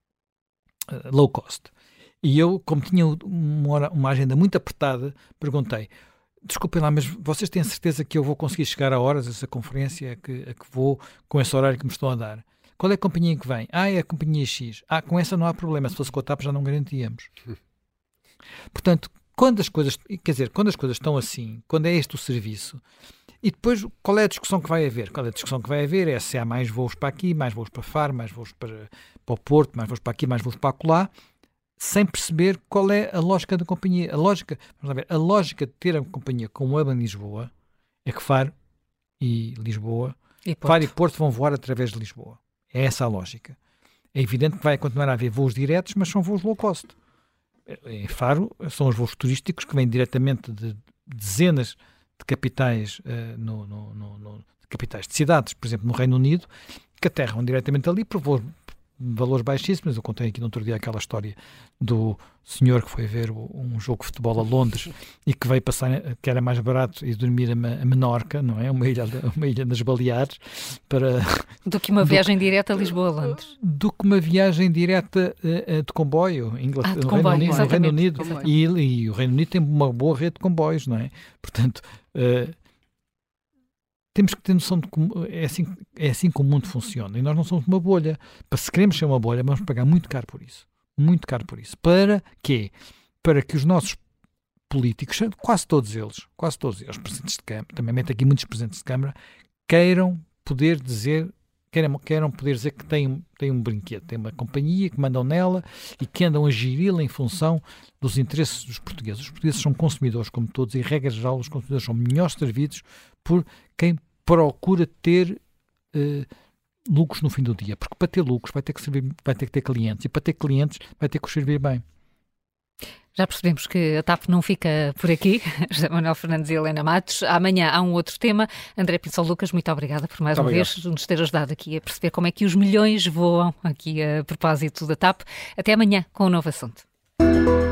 uh, low cost. E eu, como tinha uma, hora, uma agenda muito apertada, perguntei: desculpem lá, mas vocês têm certeza que eu vou conseguir chegar a horas a essa conferência a que, a que vou com esse horário que me estão a dar? Qual é a companhia que vem? Ah, é a companhia X. Ah, com essa não há problema. Se fosse com a TAP já não garantíamos. Portanto, quando as coisas, quer dizer, quando as coisas estão assim, quando é este o serviço, e depois qual é a discussão que vai haver? Qual é a discussão que vai haver? É se há mais voos para aqui, mais voos para Faro, mais voos para, para o Porto, mais voos para aqui, mais voos para acolá, sem perceber qual é a lógica da companhia. A lógica, vamos lá ver, a lógica de ter a companhia como hub em Lisboa é que Faro e Lisboa, e Faro e Porto vão voar através de Lisboa. É essa a lógica. É evidente que vai continuar a haver voos diretos, mas são voos low cost. Em Faro são os voos turísticos que vêm diretamente de dezenas de capitais, uh, no, no, no, no, de capitais de cidades, por exemplo, no Reino Unido, que aterram diretamente ali por voos valores baixíssimos. Eu contei aqui no outro dia aquela história do senhor que foi ver um jogo de futebol a Londres e que veio passar, que era mais barato, e dormir a Menorca, não é? Uma ilha, uma ilha nas Baleares, para... Do que uma do, viagem direta a Lisboa-Londres. Do que uma viagem direta uh, de comboio, Inglaterra, ah, de comboio, Reino Unido, Reino Unido e, e o Reino Unido tem uma boa rede de comboios, não é? Portanto... Uh, temos que ter noção de como é assim, é assim que o mundo funciona. E nós não somos uma bolha. Para se queremos ser uma bolha, vamos pagar muito caro por isso. Muito caro por isso. Para quê? Para que os nossos políticos, quase todos eles, quase todos eles, presidentes de Câmara, também meto aqui muitos presidentes de Câmara, queiram poder dizer, queiram, queiram poder dizer que têm, têm um brinquedo, têm uma companhia que mandam nela e que andam a geri-la em função dos interesses dos portugueses. Os portugueses são consumidores, como todos, e, regra geral, os consumidores são melhores servidos por quem procura ter uh, lucros no fim do dia, porque para ter lucros vai ter que servir, vai ter que ter clientes, e para ter clientes vai ter que os servir bem. Já percebemos que a TAP não fica por aqui. José Manuel Fernandes e Helena Matos. Amanhã há um outro tema. André Pinção Lucas, muito obrigada por mais muito uma obrigado. vez nos ter ajudado aqui a perceber como é que os milhões voam aqui a propósito da TAP. Até amanhã com um novo assunto.